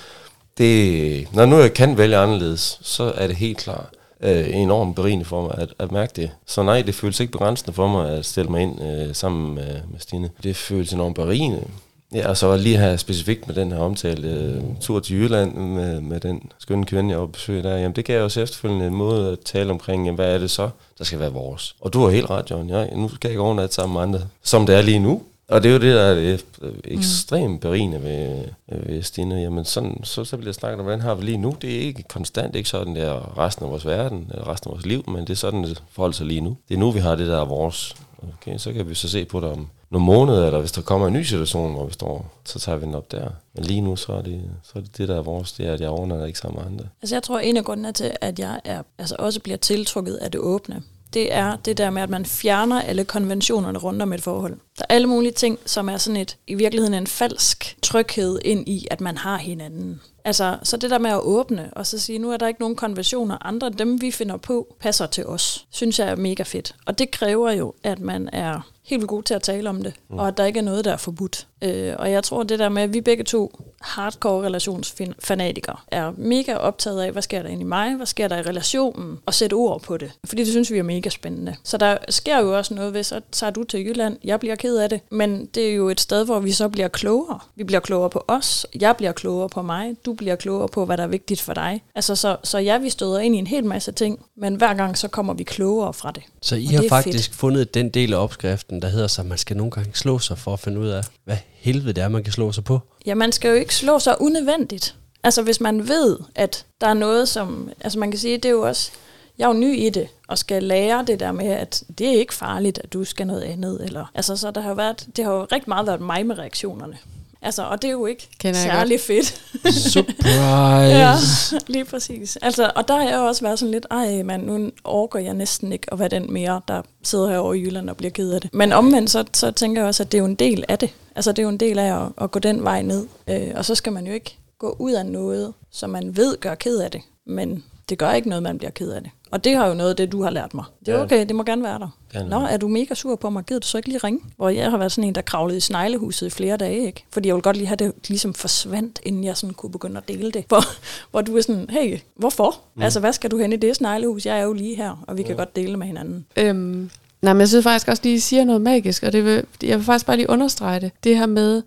det, når nu jeg kan vælge anderledes, så er det helt klart øh, enormt berigende for mig at, at mærke det. Så nej, det føles ikke begrænsende for mig at stille mig ind øh, sammen med, med Stine. Det føles enormt berigende. Ja, og så lige her specifikt med den her omtale øh, tur til Jylland med, med den skønne kvinde, jeg var besøgt der. Jamen det gav også efterfølgende en måde at tale omkring, jamen, hvad er det så, der skal være vores. Og du har helt ret, John. Ja, nu skal jeg ikke overnatte sammen med andre, som det er lige nu. Og det er jo det, der er det ekstremt berigende ved, ved Stine. Jamen sådan, så, så vil jeg snakke om, hvordan har vi lige nu. Det er ikke konstant, ikke sådan der resten af vores verden, eller resten af vores liv, men det er sådan, det forholder sig lige nu. Det er nu, vi har det der vores. Okay, så kan vi så se på det om nogle måneder, eller hvis der kommer en ny situation, hvor vi står, så tager vi den op der. Men lige nu, så er det så er det, det, der er vores, det er, at jeg overnatter ikke sammen med andre. Altså jeg tror, en af grundene til, at jeg er, altså også bliver tiltrukket af det åbne, det er det der med, at man fjerner alle konventionerne rundt om et forhold. Der er alle mulige ting, som er sådan et, i virkeligheden en falsk tryghed ind i, at man har hinanden. Altså, så det der med at åbne, og så sige, nu er der ikke nogen konventioner, andre dem vi finder på, passer til os, synes jeg er mega fedt. Og det kræver jo, at man er helt vildt god til at tale om det, mm. og at der ikke er noget, der er forbudt. Øh, og jeg tror, det der med, at vi begge to hardcore relationsfanatikere er mega optaget af, hvad sker der inde i mig, hvad sker der i relationen, og sætte ord på det. Fordi det synes vi er mega spændende. Så der sker jo også noget, hvis så tager du til Jylland, jeg bliver ked af det, men det er jo et sted, hvor vi så bliver klogere. Vi bliver klogere på os, jeg bliver klogere på mig, du bliver klogere på, hvad der er vigtigt for dig. Altså så, så ja, vi støder ind i en hel masse ting, men hver gang så kommer vi klogere fra det. Så I har faktisk fedt. fundet den del af opskriften, der hedder så, at man skal nogle gange slå sig for at finde ud af, hvad helvede det er, man kan slå sig på? Ja, man skal jo ikke slå sig unødvendigt. Altså hvis man ved, at der er noget, som... Altså man kan sige, det er jo også... Jeg er jo ny i det, og skal lære det der med, at det er ikke farligt, at du skal noget andet. Eller, altså så der har været, det har jo rigtig meget været mig med reaktionerne. Altså, og det er jo ikke særlig fedt. Surprise! Ja, lige præcis. Altså, og der har jeg jo også været sådan lidt, ej man, nu orker jeg næsten ikke at være den mere, der sidder herovre i Jylland og bliver ked af det. Men omvendt, så, så tænker jeg også, at det er jo en del af det. Altså, det er jo en del af at, at gå den vej ned. Øh, og så skal man jo ikke gå ud af noget, som man ved gør ked af det. Men det gør ikke noget, man bliver ked af det. Og det har jo noget af det, du har lært mig. Det er okay, det må gerne være der. Nå, er du mega sur på mig? Gider du så ikke lige ringe? Hvor jeg har været sådan en, der kravlede i sneglehuset i flere dage, ikke? Fordi jeg ville godt lige have det ligesom forsvandt, inden jeg sådan kunne begynde at dele det. Hvor, hvor du er sådan, hey, hvorfor? Mm. Altså, hvad skal du hen i det sneglehus? Jeg er jo lige her, og vi kan ja. godt dele med hinanden. Øhm, nej, men jeg synes faktisk også lige, I siger noget magisk, og det vil, jeg vil faktisk bare lige understrege det. Det her med,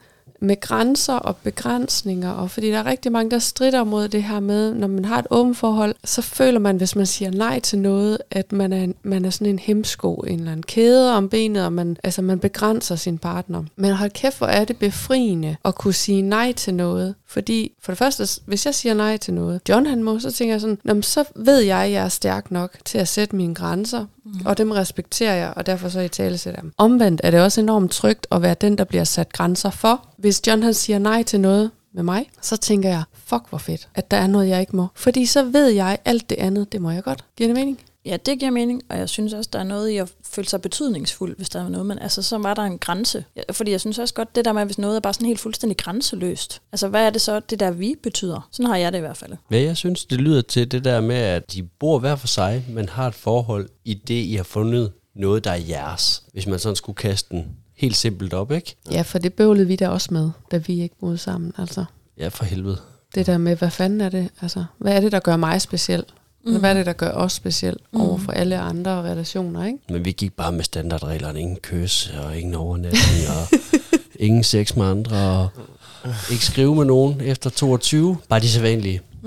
med grænser og begrænsninger, og fordi der er rigtig mange, der strider mod det her med, når man har et åbent forhold, så føler man, hvis man siger nej til noget, at man er, man er sådan en hemsko, en eller anden kæde om benet, og man, altså man begrænser sin partner. Men hold kæft, hvor er det befriende at kunne sige nej til noget. Fordi for det første, hvis jeg siger nej til noget, John han må, så tænker jeg sådan, så ved jeg, at jeg er stærk nok til at sætte mine grænser, mm. og dem respekterer jeg, og derfor så i tale sætter dem. Omvendt er det også enormt trygt at være den, der bliver sat grænser for. Hvis John han siger nej til noget med mig, så tænker jeg, fuck hvor fedt, at der er noget, jeg ikke må. Fordi så ved jeg, alt det andet, det må jeg godt. Giver det mening? Ja, det giver mening, og jeg synes også, der er noget i at føle sig betydningsfuld, hvis der er noget, men altså, så var der en grænse. Fordi jeg synes også godt, det der med, hvis noget er bare sådan helt fuldstændig grænseløst. Altså, hvad er det så, det der vi betyder? Sådan har jeg det i hvert fald. Hvad jeg synes, det lyder til det der med, at de bor hver for sig, men har et forhold i det, I har fundet noget, der er jeres. Hvis man sådan skulle kaste den helt simpelt op, ikke? Ja, for det bøvlede vi da også med, da vi ikke boede sammen, altså. Ja, for helvede. Det der med, hvad fanden er det? Altså, hvad er det, der gør mig speciel? Mm. Hvad er det, der gør os specielt mm. over for alle andre relationer, ikke? Men vi gik bare med standardreglerne. Ingen kys, og ingen overnatning, og ingen sex med andre, og ikke skrive med nogen efter toogtyve. Bare de sædvanlige. Mm.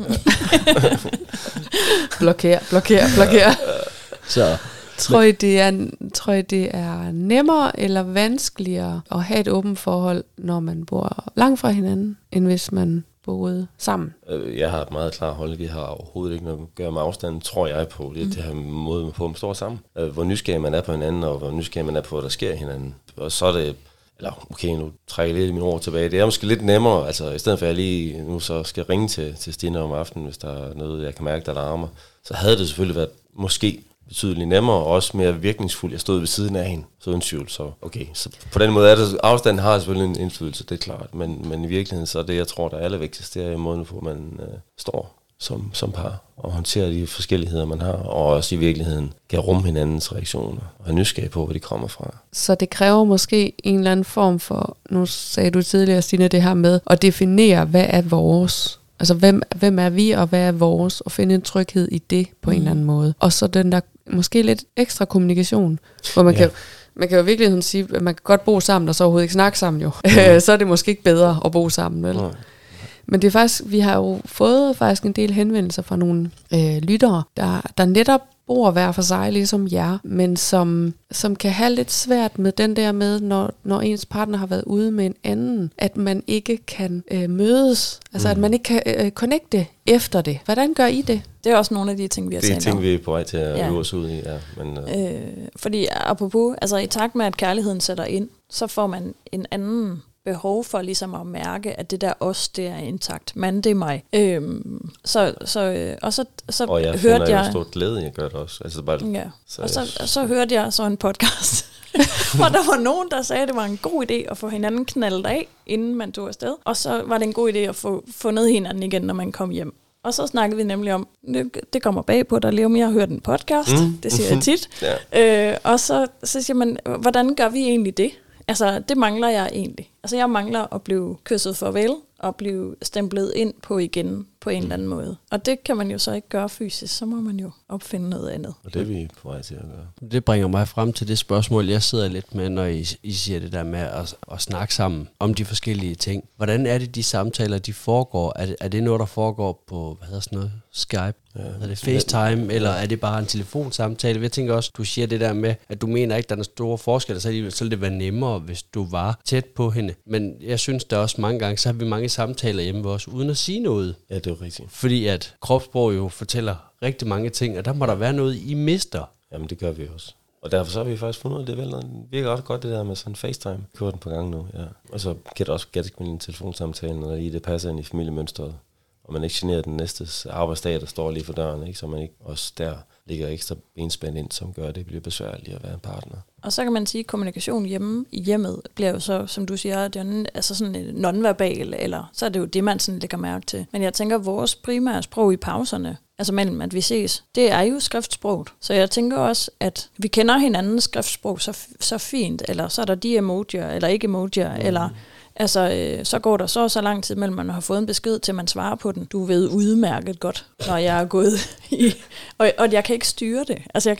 blokér, blokér, blokér. Så... Tror I, det er, tror I, det er nemmere eller vanskeligere at have et åbent forhold, når man bor langt fra hinanden, end hvis man boede sammen? Jeg har et meget klart hold. Vi har overhovedet ikke noget at gøre med afstanden, tror jeg på. Det er mm. det her måde, på at man står sammen. Hvor nysgerrig man er på hinanden, og hvor nysgerrig man er på, hvad der sker i hinanden. Og så er det... Eller okay, nu trækker jeg lidt mine ord tilbage. Det er måske lidt nemmere, altså i stedet for at jeg lige nu så skal ringe til, til Stine om aftenen, hvis der er noget, jeg kan mærke, der larmer, så havde det selvfølgelig været måske betydeligt nemmere, og også mere virkningsfuldt. Jeg stod ved siden af hende, så uden tvivl. Så okay, så på den måde er det, afstanden har selvfølgelig en indflydelse, det er klart, men, men i virkeligheden, så er det, jeg tror, der er allervigtigst, det er i måden, hvor man øh, står som, som par, og håndterer de forskelligheder, man har, og også i virkeligheden kan rumme hinandens reaktioner, og er nysgerrig på, hvor de kommer fra. Så det kræver måske en eller anden form for, nu sagde du tidligere, Stine, det her med at definere, hvad er vores. Altså, hvem, hvem er vi, og hvad er vores, og finde en tryghed i det på mm. en eller anden måde. Og så den der måske lidt ekstra kommunikation, hvor man, ja. kan, man kan jo virkelig sige, at man kan godt bo sammen, og så overhovedet ikke snakke sammen jo. Mm. Så er det måske ikke bedre at bo sammen, vel? Mm. Men det er faktisk, vi har jo fået faktisk en del henvendelser fra nogle øh, lyttere, der, der netop bor hver for sig, ligesom jer, men som, som kan have lidt svært med den der med, når, når ens partner har været ude med en anden, at man ikke kan øh, mødes, altså mm. at man ikke kan øh, connecte efter det. Hvordan gør I det? Det er også nogle af de ting, vi har talt om. Det er ting, om. vi er på vej til at ja. øve os ud i, ja. Men, øh. Øh, fordi apropos, altså i takt med, at kærligheden sætter ind, så får man en anden behov for ligesom at mærke, at det der os, det er intakt. Men det er mig. Øhm, så, så, og så, så og jeg hørte jeg... jeg stor glæde, jeg gør det også. Altså bare, ja. så, og så, så hørte jeg så en podcast, hvor der var nogen, der sagde, at det var en god idé at få hinanden knaldet af, inden man tog afsted. Og så var det en god idé at få fundet hinanden igen, når man kom hjem. Og så snakkede vi nemlig om, det, det kommer bag på dig, Leo, jeg har hørt en podcast, mm. det siger jeg tit. ja. øh, og så, så siger man, hvordan gør vi egentlig det? Altså, det mangler jeg egentlig. Altså, jeg mangler at blive kysset farvel, og blive stemplet ind på igen på en eller anden måde. Og det kan man jo så ikke gøre fysisk, så må man jo opfinde noget andet. Og det er vi på vej til at gøre. Det bringer mig frem til det spørgsmål, jeg sidder lidt med, når I, I siger det der med at, at snakke sammen om de forskellige ting. Hvordan er det, de samtaler, de foregår? Er det, er det noget, der foregår på, hvad hedder sådan noget, Skype? Ja, er det FaceTime, eller er det bare en telefonsamtale? Jeg tænker også, du siger det der med, at du mener ikke, der er en stor forskel, så ville det være nemmere, hvis du var tæt på hende. Men jeg synes der også mange gange, så har vi mange samtaler hjemme ved os, uden at sige noget. Ja, det er jo rigtigt. Fordi at kropssprog jo fortæller rigtig mange ting, og der må der være noget, I mister. Jamen det gør vi også. Og derfor så har vi faktisk fundet ud af, det vel, det virker også godt det der med sådan FaceTime. Vi kører den på gang nu, ja. Og så kan det også gætte med en telefonsamtale, når lige det passer ind i familiemønstret. Og man ikke generer den næste arbejdsdag, der står lige for døren, ikke? Så man ikke også der ligger ekstra benspænd ind, som gør, at det bliver besværligt at være en partner. Og så kan man sige, at kommunikation hjemme i hjemmet bliver jo så, som du siger, det er altså sådan nonverbal, eller så er det jo det, man sådan lægger mærke til. Men jeg tænker, at vores primære sprog i pauserne, altså mellem at vi ses, det er jo skriftsproget. Så jeg tænker også, at vi kender hinandens skriftsprog så, så fint, eller så er der de emojier, eller ikke emojier, mm. eller... Altså, øh, så går der så så lang tid mellem, man har fået en besked, til man svarer på den. Du ved udmærket godt, når jeg er gået i... Og, og jeg kan ikke styre det. Altså, jeg kan ikke,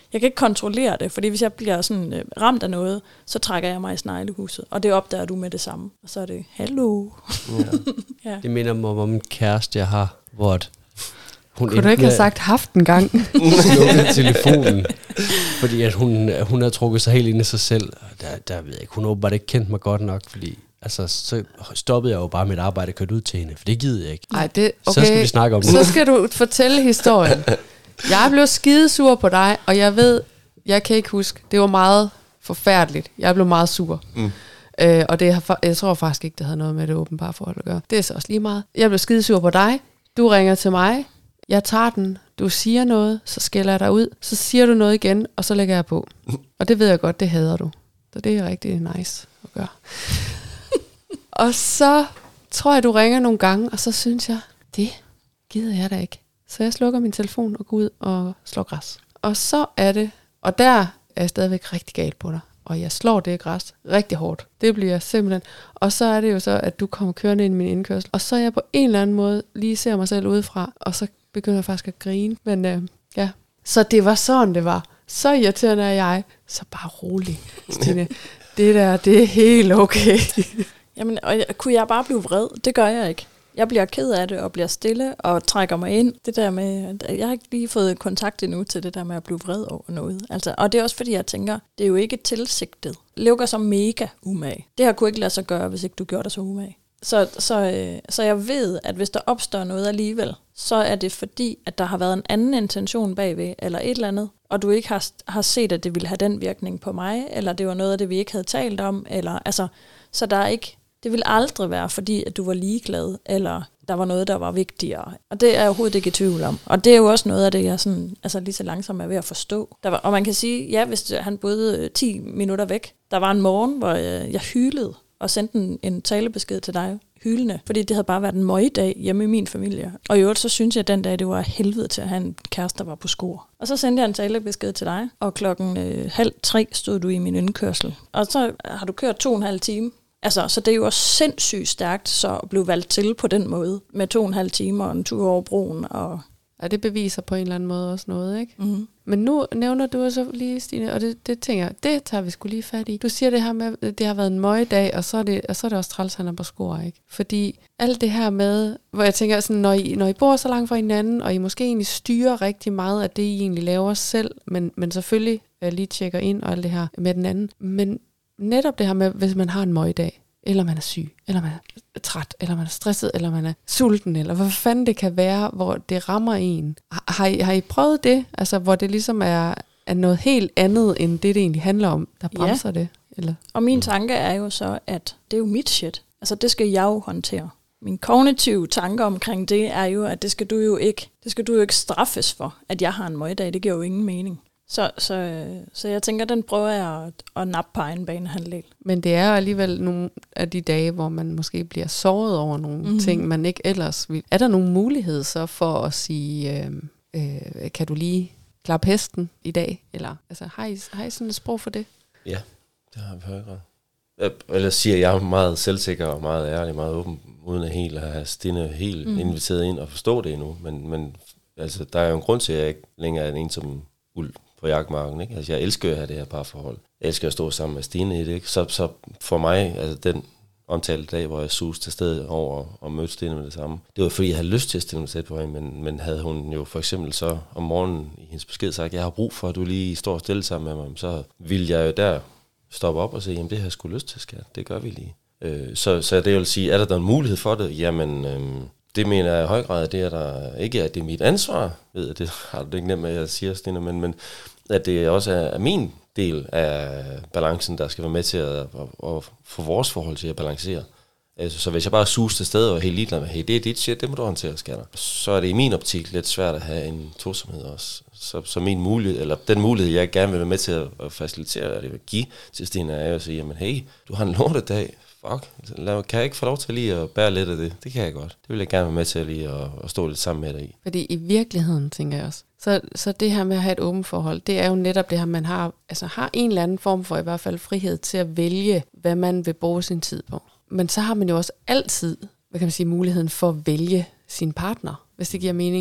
jeg kan ikke kontrollere det, fordi hvis jeg bliver sådan øh, ramt af noget, så trækker jeg mig i sneglehuset, og det opdager du med det samme. Og så er det, hallo. Ja. Ja. Det minder mig om en kæreste, jeg har, hvor at hun kunne du ikke have sagt haft en gang? Slukkede telefonen, fordi at hun, hun havde trukket sig helt ind i sig selv. Der, der ved jeg ikke, hun har åbenbart ikke kendt mig godt nok, fordi altså, så stoppede jeg jo bare mit arbejde og kørte ud til hende, for det gider jeg ikke. Ej, det, okay. Så skal vi snakke om det. Så skal du fortælle historien. Jeg blev skidesur på dig, og jeg ved, jeg kan ikke huske, det var meget forfærdeligt. Jeg blev meget sur. Mm. Øh, og det, jeg tror faktisk ikke, det havde noget med det åbenbare forhold at gøre. Det er så også lige meget. Jeg blev skidesur på dig, du ringer til mig, jeg tager den, du siger noget, så skælder jeg dig ud, så siger du noget igen, og så lægger jeg på. Og det ved jeg godt, det hader du. Så det er rigtig nice at gøre. Og så tror jeg, du ringer nogle gange, og så synes jeg, det gider jeg da ikke. Så jeg slukker min telefon og går ud og slår græs. Og så er det, og der er jeg stadigvæk rigtig galt på dig. Og jeg slår det græs rigtig hårdt. Det bliver simpelthen. Og så er det jo så, at du kommer kørende ind i min indkørsel. Og så er jeg på en eller anden måde lige ser mig selv udefra, og så begynder jeg faktisk at grine. Men øh, ja, så det var sådan, det var. Så irriterende er jeg. Så bare rolig, Stine. Det der, det er helt okay. Jamen, og kunne jeg bare blive vred? Det gør jeg ikke. Jeg bliver ked af det og bliver stille og trækker mig ind. Det der med, jeg har ikke lige fået kontakt endnu til det der med at blive vred over noget. Altså, og det er også fordi, jeg tænker, det er jo ikke tilsigtet. Lev gør så mega umage. Det her kunne ikke lade sig gøre, hvis ikke du gjorde dig så umage. Så, så, øh, så jeg ved, at hvis der opstår noget alligevel, så er det fordi, at der har været en anden intention bagved, eller et eller andet, og du ikke har, har set, at det ville have den virkning på mig, eller det var noget af det, vi ikke havde talt om, eller altså, så der er ikke, det vil aldrig være, fordi at du var ligeglad, eller der var noget, der var vigtigere. Og det er jeg overhovedet ikke i tvivl om. Og det er jo også noget af det, jeg sådan, altså lige så langsomt er ved at forstå. Der var, og man kan sige, ja, hvis han boede ti minutter væk, der var en morgen, hvor jeg, jeg hylede, og sendte en, en talebesked til dig, hylende, fordi det havde bare været en møgdag hjemme i min familie. Og i øvrigt, så synes jeg, at den dag, det var helvede til at have en kæreste, der var på skor. Og så sendte jeg en talebesked til dig, og klokken øh, halv tre stod du i min indkørsel. Og så har du kørt to og en halv time. Altså, så det er jo også sindssygt stærkt, så at blive valgt til på den måde, med to og en halv time og en tur over broen. Og ja, det beviser på en eller anden måde også noget, ikke? Mm-hmm. Men nu nævner du så lige, Stine, og det, det tænker jeg, det tager vi sgu lige fat i. Du siger det her med, at det har været en møgdag, og så er det, og så er det også træls, han er på skor, ikke? Fordi alt det her med, hvor jeg tænker sådan, når I, når I bor så langt fra hinanden, og I måske egentlig styrer rigtig meget af det, I egentlig laver selv, men, men selvfølgelig uh, lige tjekker ind og alt det her med den anden. Men netop det her med, hvis man har en møgdag, eller man er syg, eller man er træt, eller man er stresset, eller man er sulten, eller hvad fanden det kan være, hvor det rammer en. Har I, har I prøvet det? Altså, hvor det ligesom er, er noget helt andet, end det, det egentlig handler om, der bremser ja. det? Eller? Og min tanke er jo så, at det er jo mit shit. Altså, det skal jeg jo håndtere. Min kognitive tanke omkring det er jo, at det skal du jo ikke, det skal du jo ikke straffes for, at jeg har en møgdag. Det giver jo ingen mening. Så, så, så jeg tænker, den prøver jeg at, at nappe på egen banehandel. Men det er alligevel nogle af de dage, hvor man måske bliver såret over nogle mm-hmm. ting, man ikke ellers vil. Er der nogen mulighed så for at sige, øh, øh, kan du lige klappe hesten i dag? Eller altså, har, I, har I sådan et sprog for det? Ja, det har vi høj grad. Eller siger jeg er meget selvsikker og meget ærlig, meget åben, uden at helt have Stine helt mm. inviteret ind og forstå det endnu. Men, men altså, der er jo en grund til, at jeg ikke længere er en ensom ulv på jagtmarken, ikke? Altså, jeg elsker at have det her parforhold. Jeg elsker at stå sammen med Stine i det, ikke? Så, så for mig, altså den omtalte dag, hvor jeg susede til stedet over og mødte Stine med det samme, det var fordi, jeg havde lyst til at stille mig tæt på hende, men, men havde hun jo for eksempel så om morgenen i hendes besked sagt, jeg har brug for, at du lige står og stille sammen med mig, så ville jeg jo der stoppe op og sige, jamen det har jeg sgu lyst til, skat, det gør vi lige. Øh, så, så det vil sige, er der der en mulighed for det? Jamen, øhm, det mener jeg i høj grad, det er der ikke, at det er mit ansvar, ved jeg, det har du ikke nemt med, at jeg siger, Stine, men, men at det også er min del af balancen, der skal være med til at, at, at få vores forhold til at balancere. Altså, så hvis jeg bare suser til stedet og er helt ligeglad med, hey, det er dit shit, det må du håndtere, skatter. Så er det i min optik lidt svært at have en tosomhed også. Så, så min mulighed, eller den mulighed, jeg gerne vil være med til at, at facilitere, og det vil give til Stine, er at sige, jamen hey, du har en lortedag, fuck, kan jeg ikke få lov til lige at bære lidt af det? Det kan jeg godt. Det vil jeg gerne være med til lige at, at stå lidt sammen med dig i. Fordi i virkeligheden, tænker jeg også, så, så det her med at have et åbent forhold, det er jo netop det her, man har, altså har en eller anden form for i hvert fald frihed til at vælge, hvad man vil bruge sin tid på. Men så har man jo også altid, hvad kan man sige, muligheden for at vælge sin partner, hvis det giver mening.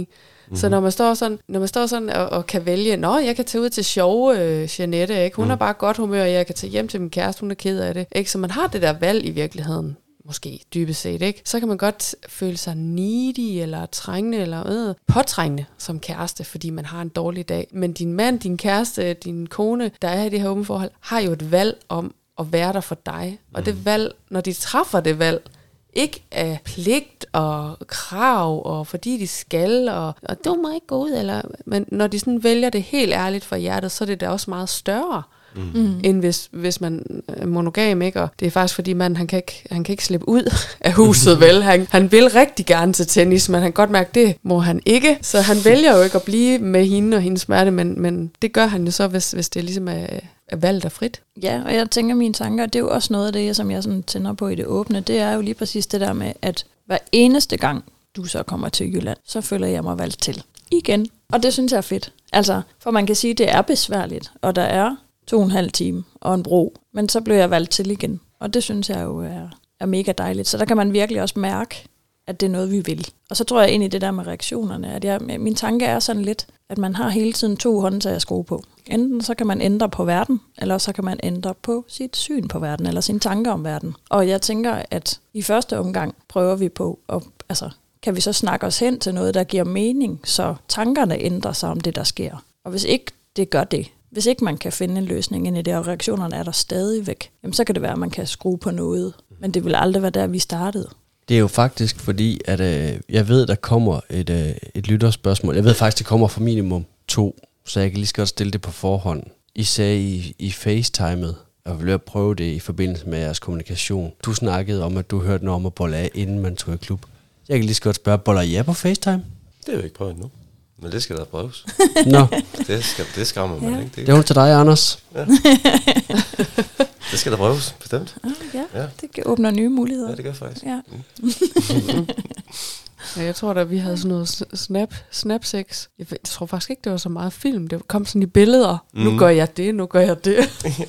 Mm-hmm. Så når man står sådan, når man står sådan og, og kan vælge, nå, jeg kan tage ud til sjove øh, Jeanette, ikke? Hun mm. er bare godt humør, jeg kan tage hjem til min kæreste, hun er ked af det. Ikke? Så man har det der valg i virkeligheden, måske dybest set, ikke? Så kan man godt føle sig needy, eller trængende, eller øh, påtrængende som kæreste, fordi man har en dårlig dag. Men din mand, din kæreste, din kone, der er i det her åbne forhold, har jo et valg om at være der for dig. Og det valg, når de træffer det valg, ikke af pligt og krav, og fordi de skal, og, og du må ikke gå ud, eller, men når de sådan vælger det helt ærligt fra hjertet, så er det da også meget større, mm. end hvis, hvis man er monogam, ikke? Og det er faktisk fordi manden, han kan ikke, han kan ikke slippe ud af huset, vel? Han, han vil rigtig gerne til tennis, men han kan godt mærke, det må han ikke, så han vælger jo ikke at blive med hende og hendes smerte, men, men det gør han jo så, hvis, hvis det ligesom er, er valgt og frit. Ja, og jeg tænker, mine tanker, det er jo også noget af det, som jeg sådan tænder på i det åbne, det er jo lige præcis det der med, at hver eneste gang, du så kommer til Jylland, så føler jeg mig valgt til. Igen. Og det synes jeg er fedt. Altså, for man kan sige, at det er besværligt, og der er to og en halv time og en bro, men så blev jeg valgt til igen. Og det synes jeg jo er, er mega dejligt. Så der kan man virkelig også mærke, at det er noget, vi vil. Og så tror jeg ind i det der med reaktionerne, at jeg, min tanke er sådan lidt, at man har hele tiden to håndtag at skrue på. Enten så kan man ændre på verden, eller så kan man ændre på sit syn på verden, eller sine tanker om verden. Og jeg tænker, at i første omgang prøver vi på, at, altså, kan vi så snakke os hen til noget, der giver mening, så tankerne ændrer sig om det, der sker. Og hvis ikke det gør det, hvis ikke man kan finde en løsning ind i det, og reaktionerne er der stadigvæk, jamen så kan det være, at man kan skrue på noget. Men det vil aldrig være der, vi startede. Det er jo faktisk fordi, at øh, jeg ved, der kommer et, øh, et lytterspørgsmål. Jeg ved faktisk, det kommer fra minimum to, så jeg kan lige så godt stille det på forhånd. I sagde i, i FaceTimet, og ville prøve det i forbindelse med jeres kommunikation. Du snakkede om, at du hørte noget om at bolle af, inden man tog i klub. Jeg kan lige så godt spørge, boller I på FaceTime? Det er jo ikke prøvet endnu. Men det skal der prøves. Nå. Det, skal, det skræmmer man ja. ikke. Det, det er jo til dig, Anders. Ja. Det skal der prøves, bestemt. Ah, ja. Ja, det åbner nye muligheder. Ja, det gør faktisk. Ja. Mm. Ja, jeg tror da, vi havde sådan noget snap, snapsex. Jeg, jeg tror faktisk ikke, det var så meget film. Det kom sådan i billeder. Mm. Nu gør jeg det, nu gør jeg det.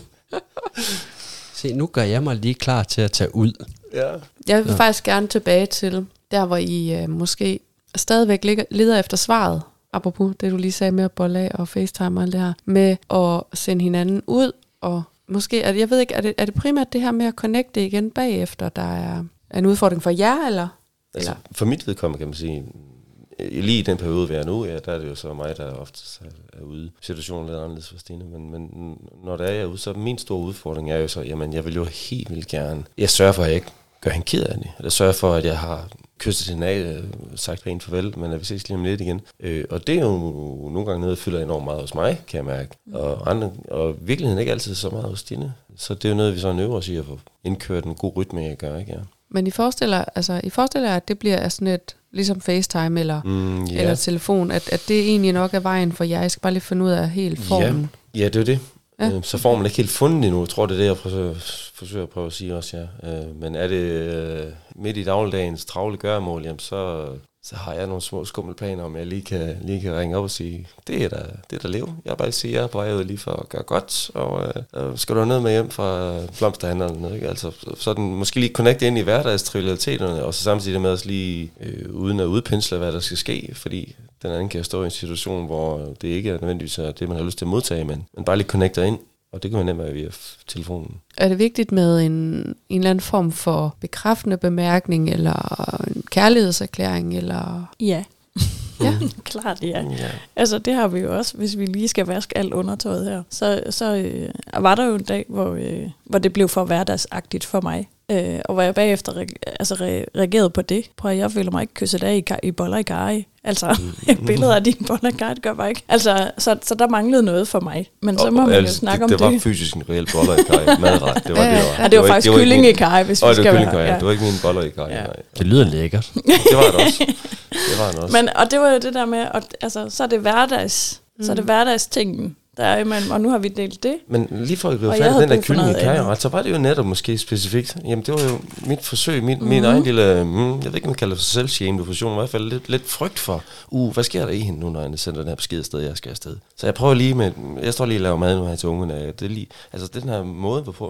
Se, nu gør jeg mig lige klar til at tage ud. Ja. Jeg vil ja. faktisk gerne tilbage til, der hvor I øh, måske stadigvæk ligger, leder efter svaret, apropos det, du lige sagde med at bolle af og FaceTime og alt det her, med at sende hinanden ud, og måske, er det, jeg ved ikke, er det, er det primært det her med at connecte igen bagefter, der er en udfordring for jer, eller? Altså, eller? for mit vedkommende kan man sige, lige i den periode, vi er nu, ja, der er det jo så mig, der ofte er ude. Situationen er lidt anderledes for Stine, men, men når der er jeg ude, så min store udfordring er jo så, jamen jeg vil jo helt vildt gerne, jeg sørger for, at jeg ikke gør hende ked af det. Jeg sørger for, at jeg har kysset hende af, sagt pænt farvel, men at vi ses lige om lidt igen. Øh, og det er jo nogle gange noget, der fylder enormt meget hos mig, kan jeg mærke. Og, andre, og virkeligheden ikke altid så meget hos Stine. Så det er jo noget, vi så øver os i at få indkørt en god rytme, jeg gør, ikke? Ja. Men I forestiller, altså, I forestiller at det bliver sådan et, ligesom FaceTime eller, mm, yeah. eller telefon, at, at det egentlig nok er vejen for jer. Jeg skal bare lige finde ud af helt formen. Ja, ja det er det. Ja. Så får man ikke helt fundet endnu. Jeg tror, det er det, jeg forsøger, forsøger at prøve at sige også, ja. Men er det midt i dagligdagens travle gøremål, jamen så, så har jeg nogle små skummelplaner, om jeg lige kan, lige kan ringe op og sige, det er der, det er der lev. Jeg vil bare sige, jeg er på vej ud lige for at gøre godt, og øh, skal du have noget med hjem fra blomsterhandlerne, ikke? Altså sådan måske lige connecte ind i hverdagstrivialiteterne, og så samtidig med os lige øh, uden at udpensle, hvad der skal ske, fordi den anden kan stå i en situation, hvor det ikke er nødvendigvis det, man har lyst til at modtage, men, men bare lige connecter ind, og det kan man nemt være via telefonen. Er det vigtigt med en, en eller anden form for bekræftende bemærkning, eller en kærlighedserklæring, eller? Ja. Ja, klart ja. ja. Altså det har vi jo også, hvis vi lige skal vaske alt undertøjet her. Så, så øh, var der jo en dag, hvor, øh, hvor det blev for hverdagsagtigt for mig. Øh, og hvor jeg bagefter re- altså re- reagerede på det. Prøv at jeg føler mig ikke kysset af i, ka- i boller i gari. Altså, mm. billeder af dine boller i gari, det gør bare ikke. Altså, så, så der manglede noget for mig. Men så må og, man jo snakke det, om det. det. Det var fysisk en reel boller i gari, madret. Det var, ja, det var, ja, det var, det var faktisk kylling i gari, hvis vi skal være. Ja. Det var ikke mine boller i gari, ja. Nej. Det lyder lækkert. Det var det også. Det var det også. Men, og det var jo det der med, at, altså, så er det hverdags, mm. så er det hverdagstingen. Der er imellem, og nu har vi delt det. Men lige for at gribe fat i den der kylling i kajeret, så var det jo netop måske specifikt. Jamen det var jo mit forsøg, min, mm-hmm. min egen lille, mm, jeg ved ikke om man kalder det for selvshame-fusion, i hvert fald lidt, lidt frygt for, uh, hvad sker der i hende nu, når jeg sender den her besked afsted, jeg skal afsted. Så jeg prøver lige med, jeg står lige og laver mad nu her til ungerne, det er lige, altså den her måde, hvorpå man kan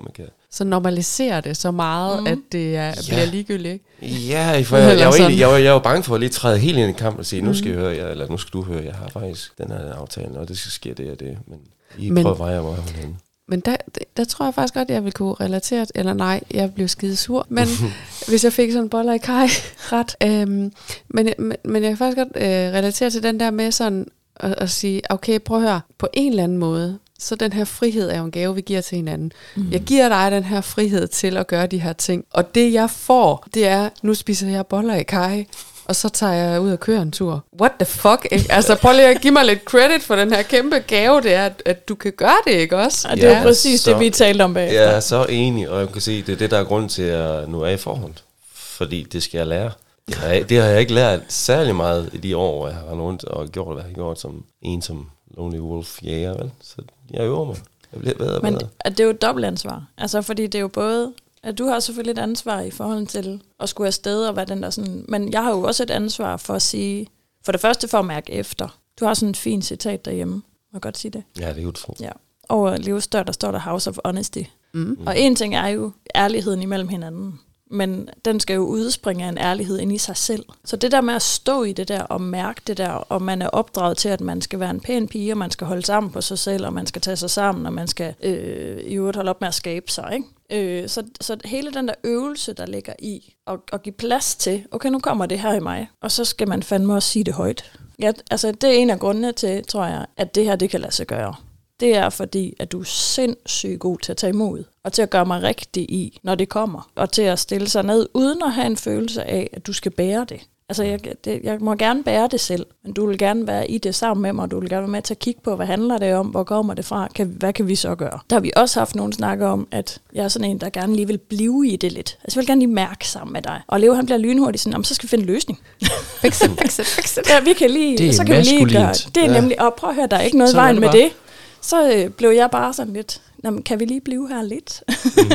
så normaliserer det så meget, mm. at det er, Ja. bliver ligegyldigt, ikke? Ja, for jeg, Eller jeg, var sådan. egentlig, jeg, var, jeg var bange for at lige træde helt ind i kampen og sige, nu Mm. skal, jeg høre, jeg, eller, nu skal du høre, jeg har faktisk den her aftale, og det skal ske det og det. Men I Men- prøver at veje, hvor jeg er henne. Men der, der tror jeg faktisk godt, at jeg ville kunne relatere, eller nej, jeg blev skide sur, men hvis jeg fik sådan en boller i kaj ret. Øhm, men, men, men jeg kan faktisk godt øh, relatere til den der med sådan at, at sige, okay, prøv at høre, på en eller anden måde, så den her frihed er jo en gave, vi giver til hinanden. Mm. Jeg giver dig den her frihed til at gøre de her ting, og det jeg får, det er, nu spiser jeg boller i kaj, og så tager jeg ud og kører en tur. What the fuck, ikke? Altså prøv lige at give mig lidt credit for den her kæmpe gave, det er, at, at du kan gøre det, ikke også? Og det er Ja, jo præcis så- det, vi talte om bagefter. Jeg er så enig, og jeg kan se, det er det, der er grund til, at jeg nu er i forhånd. Fordi det skal jeg lære. Det har jeg, det har jeg ikke lært særlig meget i de år, hvor jeg har rendt rundt og gjort, hvad jeg har gjort som en som Lonely Wolf jæger, vel? Så jeg øver mig. Jeg bliver bedre og Men bedre. at det er jo et dobbelt ansvar. Altså, fordi det er jo både, at du har selvfølgelig et ansvar i forhold til at skulle afsted og hvad den der sådan, men jeg har jo også et ansvar for at sige, for det første for at mærke efter. Du har sådan et fint citat derhjemme. Må jeg godt sige det? Ja, det er utroligt. Ja. Over Leos dør, der står der House of Honesty. Mm. Og en ting er jo ærligheden imellem hinanden. Men den skal jo udspringe af en ærlighed ind i sig selv. Så det der med at stå i det der og mærke det der, og man er opdraget til, at man skal være en pæn pige, og man skal holde sammen på sig selv, og man skal tage sig sammen, og man skal øh, i øvrigt holde op med at skabe sig. Ikke? Øh, så, så hele den der øvelse, der ligger i, at, at give plads til, okay, nu kommer det her i mig, og så skal man fandme også sige det højt. Ja, altså det er en af grundene til, tror jeg, at det her, det kan lade sig gøre. Det er fordi, at du er sindssygt god til at tage imod, og til at gøre mig rigtig i, når det kommer, og til at stille sig ned, uden at have en følelse af, at du skal bære det. Altså, jeg, det, jeg må gerne bære det selv, men du vil gerne være i det sammen med mig, og du vil gerne være med til at kigge på, hvad handler det om, hvor kommer det fra, kan, hvad kan vi så gøre? Der har vi også haft nogle snakker om, at jeg er sådan en, der gerne lige vil blive i det lidt. Altså, jeg vil gerne lige mærke sammen med dig. Og Leo, han bliver lynhurtigt sådan, så skal vi finde en løsning. Fix it, fix it, fix it. Ja, vi kan lige, Det er så kan vi lige maskulint. gøre. Det er Ja. nemlig, og prøv at høre, der er ikke noget i Sådan er vejen det med bare. det. Så øh, blev jeg bare sådan lidt, jamen, kan vi lige blive her lidt? Mm.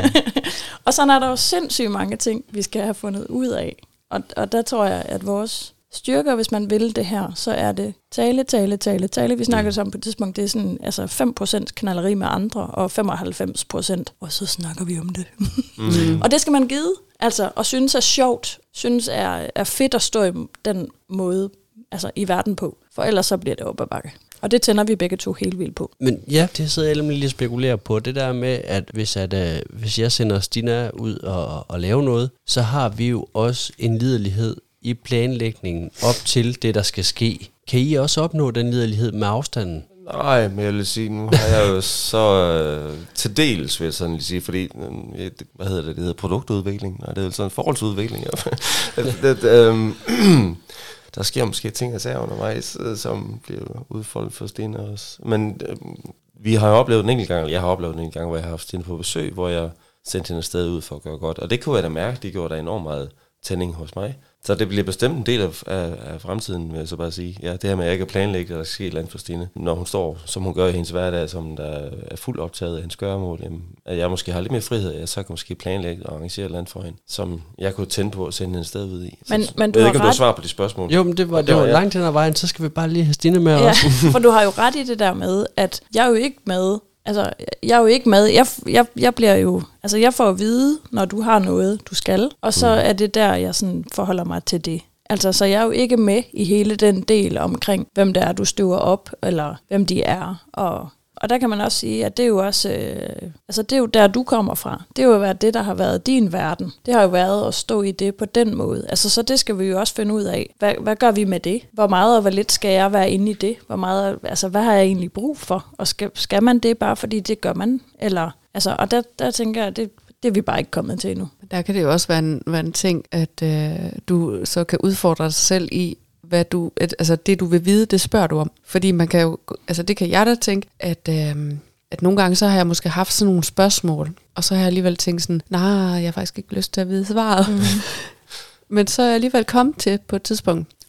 Og sådan er der jo sindssygt mange ting, vi skal have fundet ud af. Og, og der tror jeg, at vores styrker, hvis man vil det her, så er det tale, tale, tale, tale. Vi snakker sammen på et tidspunkt, det er sådan altså fem procent knalderi med andre, og femoghalvfems procent, og så snakker vi om det. Mm. Og det skal man give, altså, og synes er sjovt, synes er, er fedt at stå i den måde, altså i verden på. For ellers så bliver det op ad bakke. Og det tænder vi begge to helt vildt på. Men ja, det sidder jeg nemlig lige og spekulerer på. Det der med, at hvis, at, uh, hvis jeg sender Stina ud og, og laver noget, så har vi jo også en liderlighed i planlægningen op til det, der skal ske. Kan I også opnå den liderlighed med afstanden? Nej, men jeg vil sige, nu har jeg jo så øh, til dels, vil jeg sådan lige sige, fordi, øh, hvad hedder det, det hedder produktudvikling, nej, det er jo sådan en forholdsudvikling. det, det, øh, der sker måske ting og sager undervejs, øh, som bliver udfoldet for Stine også. Men øh, vi har jo oplevet en enkelt gang, eller jeg har oplevet en enkelt gang, hvor jeg har haft Stine på besøg, hvor jeg sendte hende afsted ud for at gøre godt. Og det kunne jeg da mærke, det gjorde der enormt meget tænding hos mig. Så det bliver bestemt en del af, af, af fremtiden, vil jeg så bare sige. Ja, det her med, at jeg ikke kan planlægge, at der skal ske et eller andet for Stine. Når hun står, som hun gør i hendes hverdag, som der er fuldt optaget af hendes gøremål, jamen, at jeg måske har lidt mere frihed, at jeg så kan måske planlægge og arrangere et eller andet for hende, som jeg kunne tænde på at sende hende sted ud i. Men, så, men du jeg ved har ikke, om du har ret. svar på de spørgsmål. Jo, men det var, Og det var ja. langt hen ad vejen, så skal vi bare lige have Stine med Ja, også. for du har jo ret i det der med, at jeg er jo ikke med, altså jeg er jo ikke med, jeg, jeg, jeg bliver jo, altså jeg får at vide, når du har noget, du skal, og så er det der, jeg sådan forholder mig til det. Altså, så jeg er jo ikke med i hele den del omkring, hvem det er, du støver op, eller hvem de er. Og, og der kan man også sige, at det er jo også, øh, altså det er jo der, du kommer fra. Det har jo været det, der har været din verden. Det har jo været at stå i det på den måde. Altså, så det skal vi jo også finde ud af. Hvad, hvad gør vi med det? Hvor meget og hvor lidt skal jeg være inde i det? Hvor meget, altså, hvad har jeg egentlig brug for? Og skal, skal man det bare, fordi det gør man? Eller, altså, og der, der tænker jeg, det Det er vi bare ikke kommet til endnu. Der kan det jo også være en, være en ting, at øh, du så kan udfordre dig selv i, hvad du, at, altså det du vil vide, det spørger du om. Fordi man kan jo, altså det kan jeg da tænke, at, øh, at nogle gange så har jeg måske haft sådan nogle spørgsmål, og så har jeg alligevel tænkt sådan, nej, jeg har faktisk ikke lyst til at vide svaret. Mm. Men så er jeg alligevel kommet til på et tidspunkt,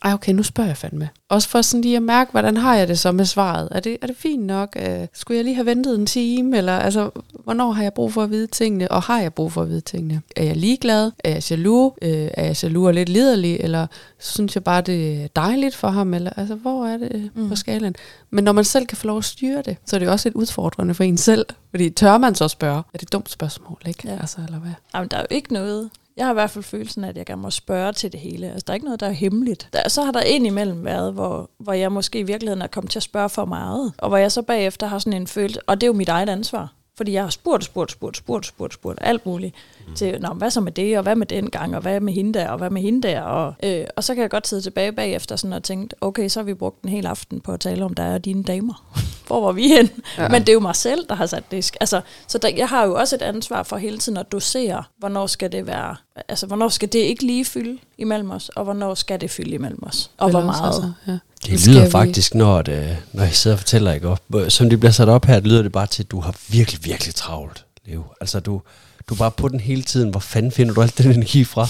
ej okay, nu spørger jeg fandme. Også for sådan lige at mærke, hvordan har jeg det så med svaret? Er det, er det fint nok? Uh, skulle jeg lige have ventet en time? Eller altså, hvornår har jeg brug for at vide tingene? Og har jeg brug for at vide tingene? Er jeg ligeglad? Er jeg jaloux? Uh, er jeg jaloux og lidt liderlig? Eller synes jeg bare, det er dejligt for ham? Eller altså, hvor er det mm. på skalaen? Men når man selv kan få lov at styre det, så er det også lidt udfordrende for en selv. Fordi tør man så spørge? Er det et dumt spørgsmål, ikke? Ja. Altså, eller hvad? Jamen, der er jo ikke noget... Jeg har i hvert fald følelsen af, at jeg gerne må spørge til det hele. Altså, der er ikke noget, der er hemmeligt. Der, så har der indimellem været, hvor, hvor jeg måske i virkeligheden er kommet til at spørge for meget. Og hvor jeg så bagefter har sådan en følelse, og det er jo mit eget ansvar. Fordi jeg har spurgt, spurgt, spurgt, spurgt, spurgt, spurgt, alt muligt. Mm. Til, nå, hvad så med det, og hvad med den gang, og hvad med hende der, og hvad med hende der. Og, øh, og så kan jeg godt sidde tilbage bagefter sådan og tænke, okay, så har vi brugt en hel aften på at tale om dig og dine damer. Hvor var vi hen? Ja. Men det er jo mig selv, der har sat det. Altså, så der, jeg har jo også et ansvar for hele tiden at dosere, hvornår skal det være, altså hvornår skal det ikke lige fylde imellem os, og hvornår skal det fylde imellem os, og hvor meget. Altså, ja. Det lyder faktisk, når, det, når jeg sidder og fortæller, ikke op, som det bliver sat op her, det lyder det bare til, at du har virkelig, virkelig travlt, Leo. Altså, du, du er bare på den hele tiden. Hvor fanden finder du alt den energi fra?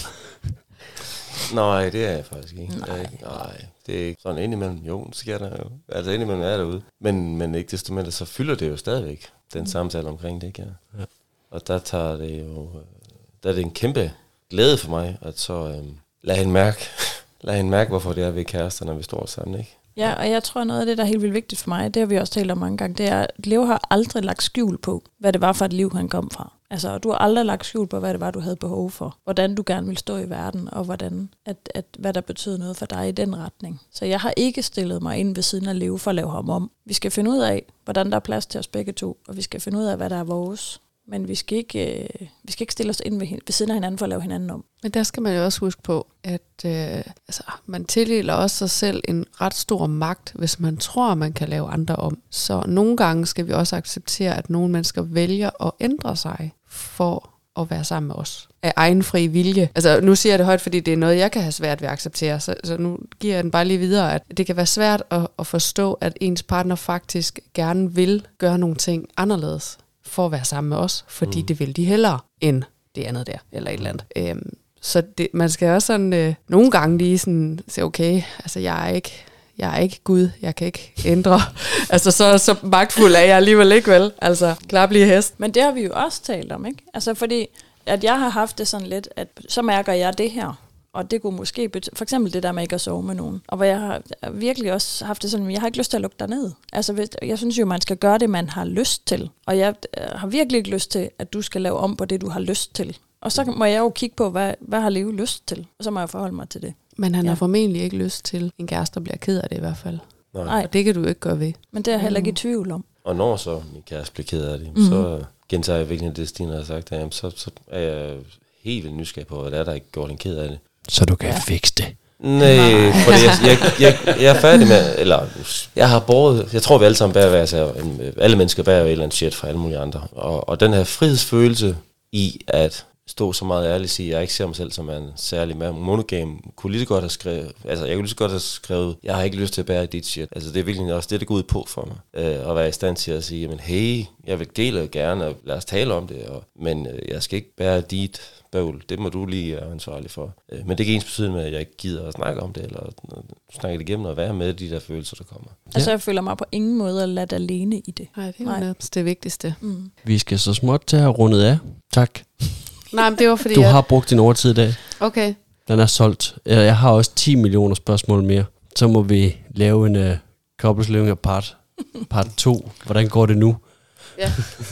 Nej, det er jeg faktisk ikke. Nej, jeg ikke. Nej det er ikke sådan indimellem. Jo, det sker der jo. Altså indimellem er jeg derude. Men, men ikke desto mindre, så fylder det jo stadigvæk, den mm. samtale omkring det, ikke? Ja. Ja. Og der tager det jo, der er det en kæmpe glæde for mig, at så øhm, lade hende mærke, lade hende mærke, hvorfor det er, vi er kærester, når vi står sammen, ikke? Ja, og jeg tror, noget af det, der er helt vildt vigtigt for mig, det har vi også talt om mange gange, det er, at Leo har aldrig lagt skjul på, hvad det var for et liv, han kom fra. Altså, du har aldrig lagt skjul på, hvad det var, du havde behov for. Hvordan du gerne ville stå i verden, og hvordan, at, at, hvad der betød noget for dig i den retning. Så jeg har ikke stillet mig ind ved siden af Leo for at lave ham om. Vi skal finde ud af, hvordan der er plads til os begge to, og vi skal finde ud af, hvad der er vores. Men vi skal ikke, øh, vi skal ikke stille os ind ved, ved siden af hinanden for at lave hinanden om. Men der skal man jo også huske på, at øh, altså, man tildeler også sig selv en ret stor magt, hvis man tror, man kan lave andre om. Så nogle gange skal vi også acceptere, at nogle mennesker vælger at ændre sig for at være sammen med os. Af egen fri vilje. Altså nu siger jeg det højt, fordi det er noget, jeg kan have svært ved at acceptere. Så, så nu giver jeg den bare lige videre, at det kan være svært at, at forstå, at ens partner faktisk gerne vil gøre nogle ting anderledes for at være sammen med os, fordi mm. det vil de hellere end det andet der, eller et eller andet. Øhm, så det, man skal også sådan øh, nogle gange lige sådan sige, okay, altså jeg er ikke, jeg er ikke Gud, jeg kan ikke ændre. altså så, så magtfuld er jeg alligevel ikke, vel? Altså, klap lige hest. Men det har vi jo også talt om, ikke? Altså fordi, at jeg har haft det sådan lidt, at så mærker jeg det her, og det kunne måske betyde, for eksempel det der med ikke at sove med nogen. Og hvor jeg har virkelig også haft det sådan, jeg har ikke lyst til at lukke dig ned. Altså, jeg synes jo, man skal gøre det, man har lyst til. Og jeg har virkelig ikke lyst til, at du skal lave om på det, du har lyst til. Og så må jeg jo kigge på, hvad, hvad har Leo lyst til? Og så må jeg forholde mig til det. Men han ja. har formentlig ikke lyst til en kæreste, der bliver ked af det i hvert fald. Nej. Og det kan du ikke gøre ved. Men det er jeg heller ikke i tvivl om. Og når så min kæreste bliver ked af det, mm-hmm. så gentager jeg virkelig det, Stine har sagt, at så, så er jeg helt vildt nysgerrig på, hvad det er, der ikke gjort en ked af det. Så du kan ja. fikse det. Nej, fordi jeg, jeg, jeg, jeg er færdig med, eller jeg har båret, jeg tror vi alle sammen bærer hver sig, alle mennesker bærer et eller andet shit fra alle mulige andre. Og, og den her frihedsfølelse i at stå så meget ærligt og sige, at jeg ikke ser mig selv som en særlig monogam, kunne lige så godt have skrevet, altså jeg kunne lige så godt have skrevet, jeg har ikke lyst til at bære dit shit. Altså det er virkelig også det, der går ud på for mig. Øh, at være i stand til at sige, jamen hey, jeg vil dele gerne, og lad os tale om det, og, men øh, jeg skal ikke bære dit bøvl, det må du lige være ansvarlig for. Øh, men det er ikke ens betydning med, at jeg ikke gider at snakke om det, eller snakke det igennem og være med de der følelser, der kommer. Altså jeg føler mig på ingen måde ladt alene i det. Nej, det er jo nærmest det vigtigste. Mm. Vi skal så småt til at runde af. Tak. Nej, men det var fordi, du at... har brugt din overtid i dag. Okay. Den er solgt. Jeg har også ti millioner spørgsmål mere. Så må vi lave en uh, kobbelsløvning part, part to. Hvordan går det nu? Ja.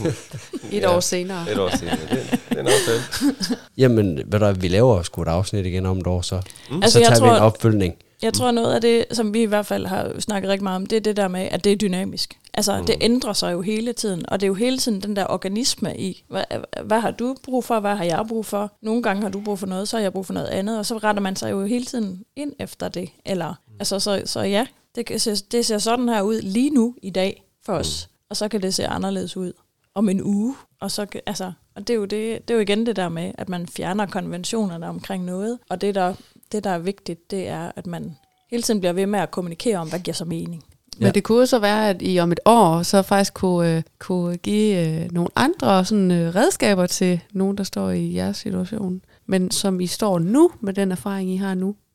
Et ja, år senere. Et år senere. Det, det er nok. Jamen, ved du, vi laver sgu et afsnit igen om et år, så, mm. altså, så tager tror, vi en opfølgning. Jeg tror, noget af det, som vi i hvert fald har snakket rigtig meget om, det er det der med, at det er dynamisk. Altså, mm. det ændrer sig jo hele tiden, og det er jo hele tiden den der organisme i, hvad, hvad har du brug for, hvad har jeg brug for? Nogle gange har du brug for noget, så har jeg brug for noget andet, og så retter man sig jo hele tiden ind efter det. Eller, mm. altså, så, så ja, det, ser, det ser sådan her ud lige nu i dag for os, mm. og så kan det se anderledes ud om en uge, og så altså, og det er jo det, det er jo igen det der med, at man fjerner konventionerne omkring noget, og det der det der er vigtigt, det er, at man hele tiden bliver ved med at kommunikere om, hvad giver så mening. Men ja. Det kunne så være, at I om et år så faktisk kunne, øh, kunne give øh, nogle andre sådan, øh, redskaber til nogen, der står i jeres situation. Men som I står nu, med den erfaring, I har nu,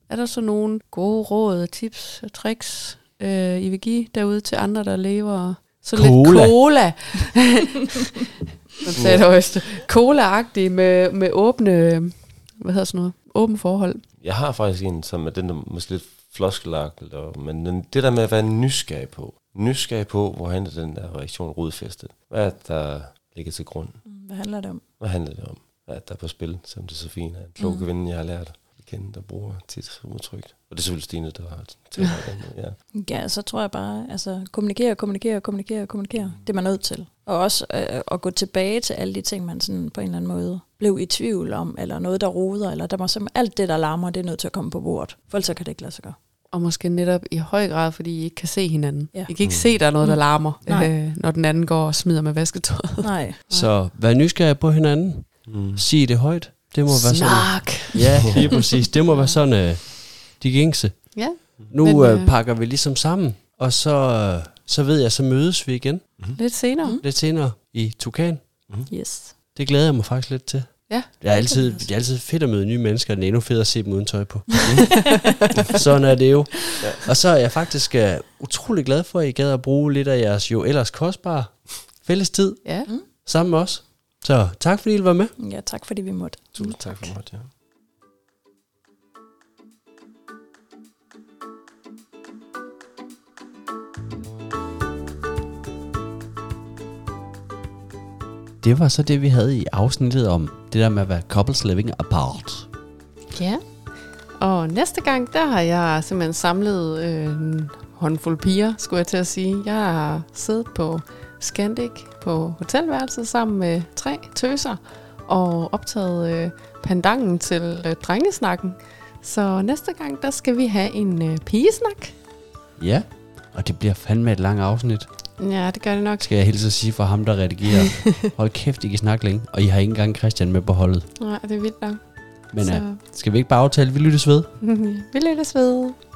Er der så nogle gode råd, tips og tricks, øh, I vil give derude til andre, der lever så Cola. lidt cola? Man sagde det højst. Cola-agtig med, med åbne, hvad hedder sådan noget, åbne forhold. Jeg har faktisk en, som er den der måske lidt floskelagtigt, men den, det der med at være nysgerrig på. Nysgerrig på, hvor handler den der reaktion rodfæstet. Hvad er det, der ligger til grund? Hvad handler det om? Hvad handler det om? Hvad er der på spil, som det så fint er? En klog mm. ven, jeg har lært at kende, der bruger tit udtrykt. Og det er selvfølgelig Stine, der har til det. Ja. Ja, så tror jeg bare, altså kommunikere, kommunikere, kommunikere, kommunikere. Det er man nødt til. Og også øh, at gå tilbage til alle de ting, man sådan på en eller anden måde blev i tvivl om, eller noget, der roder, eller der må simpelthen alt det, der larmer, det er nødt til at komme på bordet. For ellers kan det ikke lade sig gøre. Og måske netop i høj grad, fordi I ikke kan se hinanden. Ja. I kan ikke mm. se, at der er noget, der larmer, Mm. øh, når den anden går og smider med vasketøjet. Nej. Så vær nysgerrig på hinanden. Mm. Sig det højt. Det må være Snak! sådan. Ja, lige præcis. Det må være sådan, øh, de gængse. Ja. Nu Men, øh, øh, pakker vi ligesom sammen, og så, øh, så ved jeg, så mødes vi igen Mm. Lidt senere. Mm. lidt senere i Tukan. Yes. Det glæder jeg mig faktisk lidt til. Ja. Det er altid, det er altid fedt at møde nye mennesker, og det er endnu federe at se dem uden tøj på. Sådan er det jo. Ja. Og så er jeg faktisk uh, utrolig glad for, at I gad at bruge lidt af jeres jo ellers kostbare fælles tid Ja. Mm. sammen med os. Så tak fordi I var med. Ja, tak fordi vi måtte. Tusind tak for det. Ja. Det var så det, vi havde i afsnittet om det der med at være couples living apart. Ja. Og næste gang, der har jeg simpelthen samlet øh, en håndfuld piger, skulle jeg til at sige. Jeg har siddet på Scandic på hotelværelset sammen med tre tøser og optaget øh, pandangen til øh, drengesnakken. Så næste gang, der skal vi have en øh, pigesnak. Ja, og det bliver fandme et langt afsnit. Ja, det gør det nok. Skal jeg hilse at sige fra ham, der redigerer. Hold kæft, I kan snakke længe. Og I har ikke engang Christian med på holdet. Nej, det er vildt nok. Men Så. uh, skal vi ikke bare aftale, vi lyttes ved? Vi lyttes ved.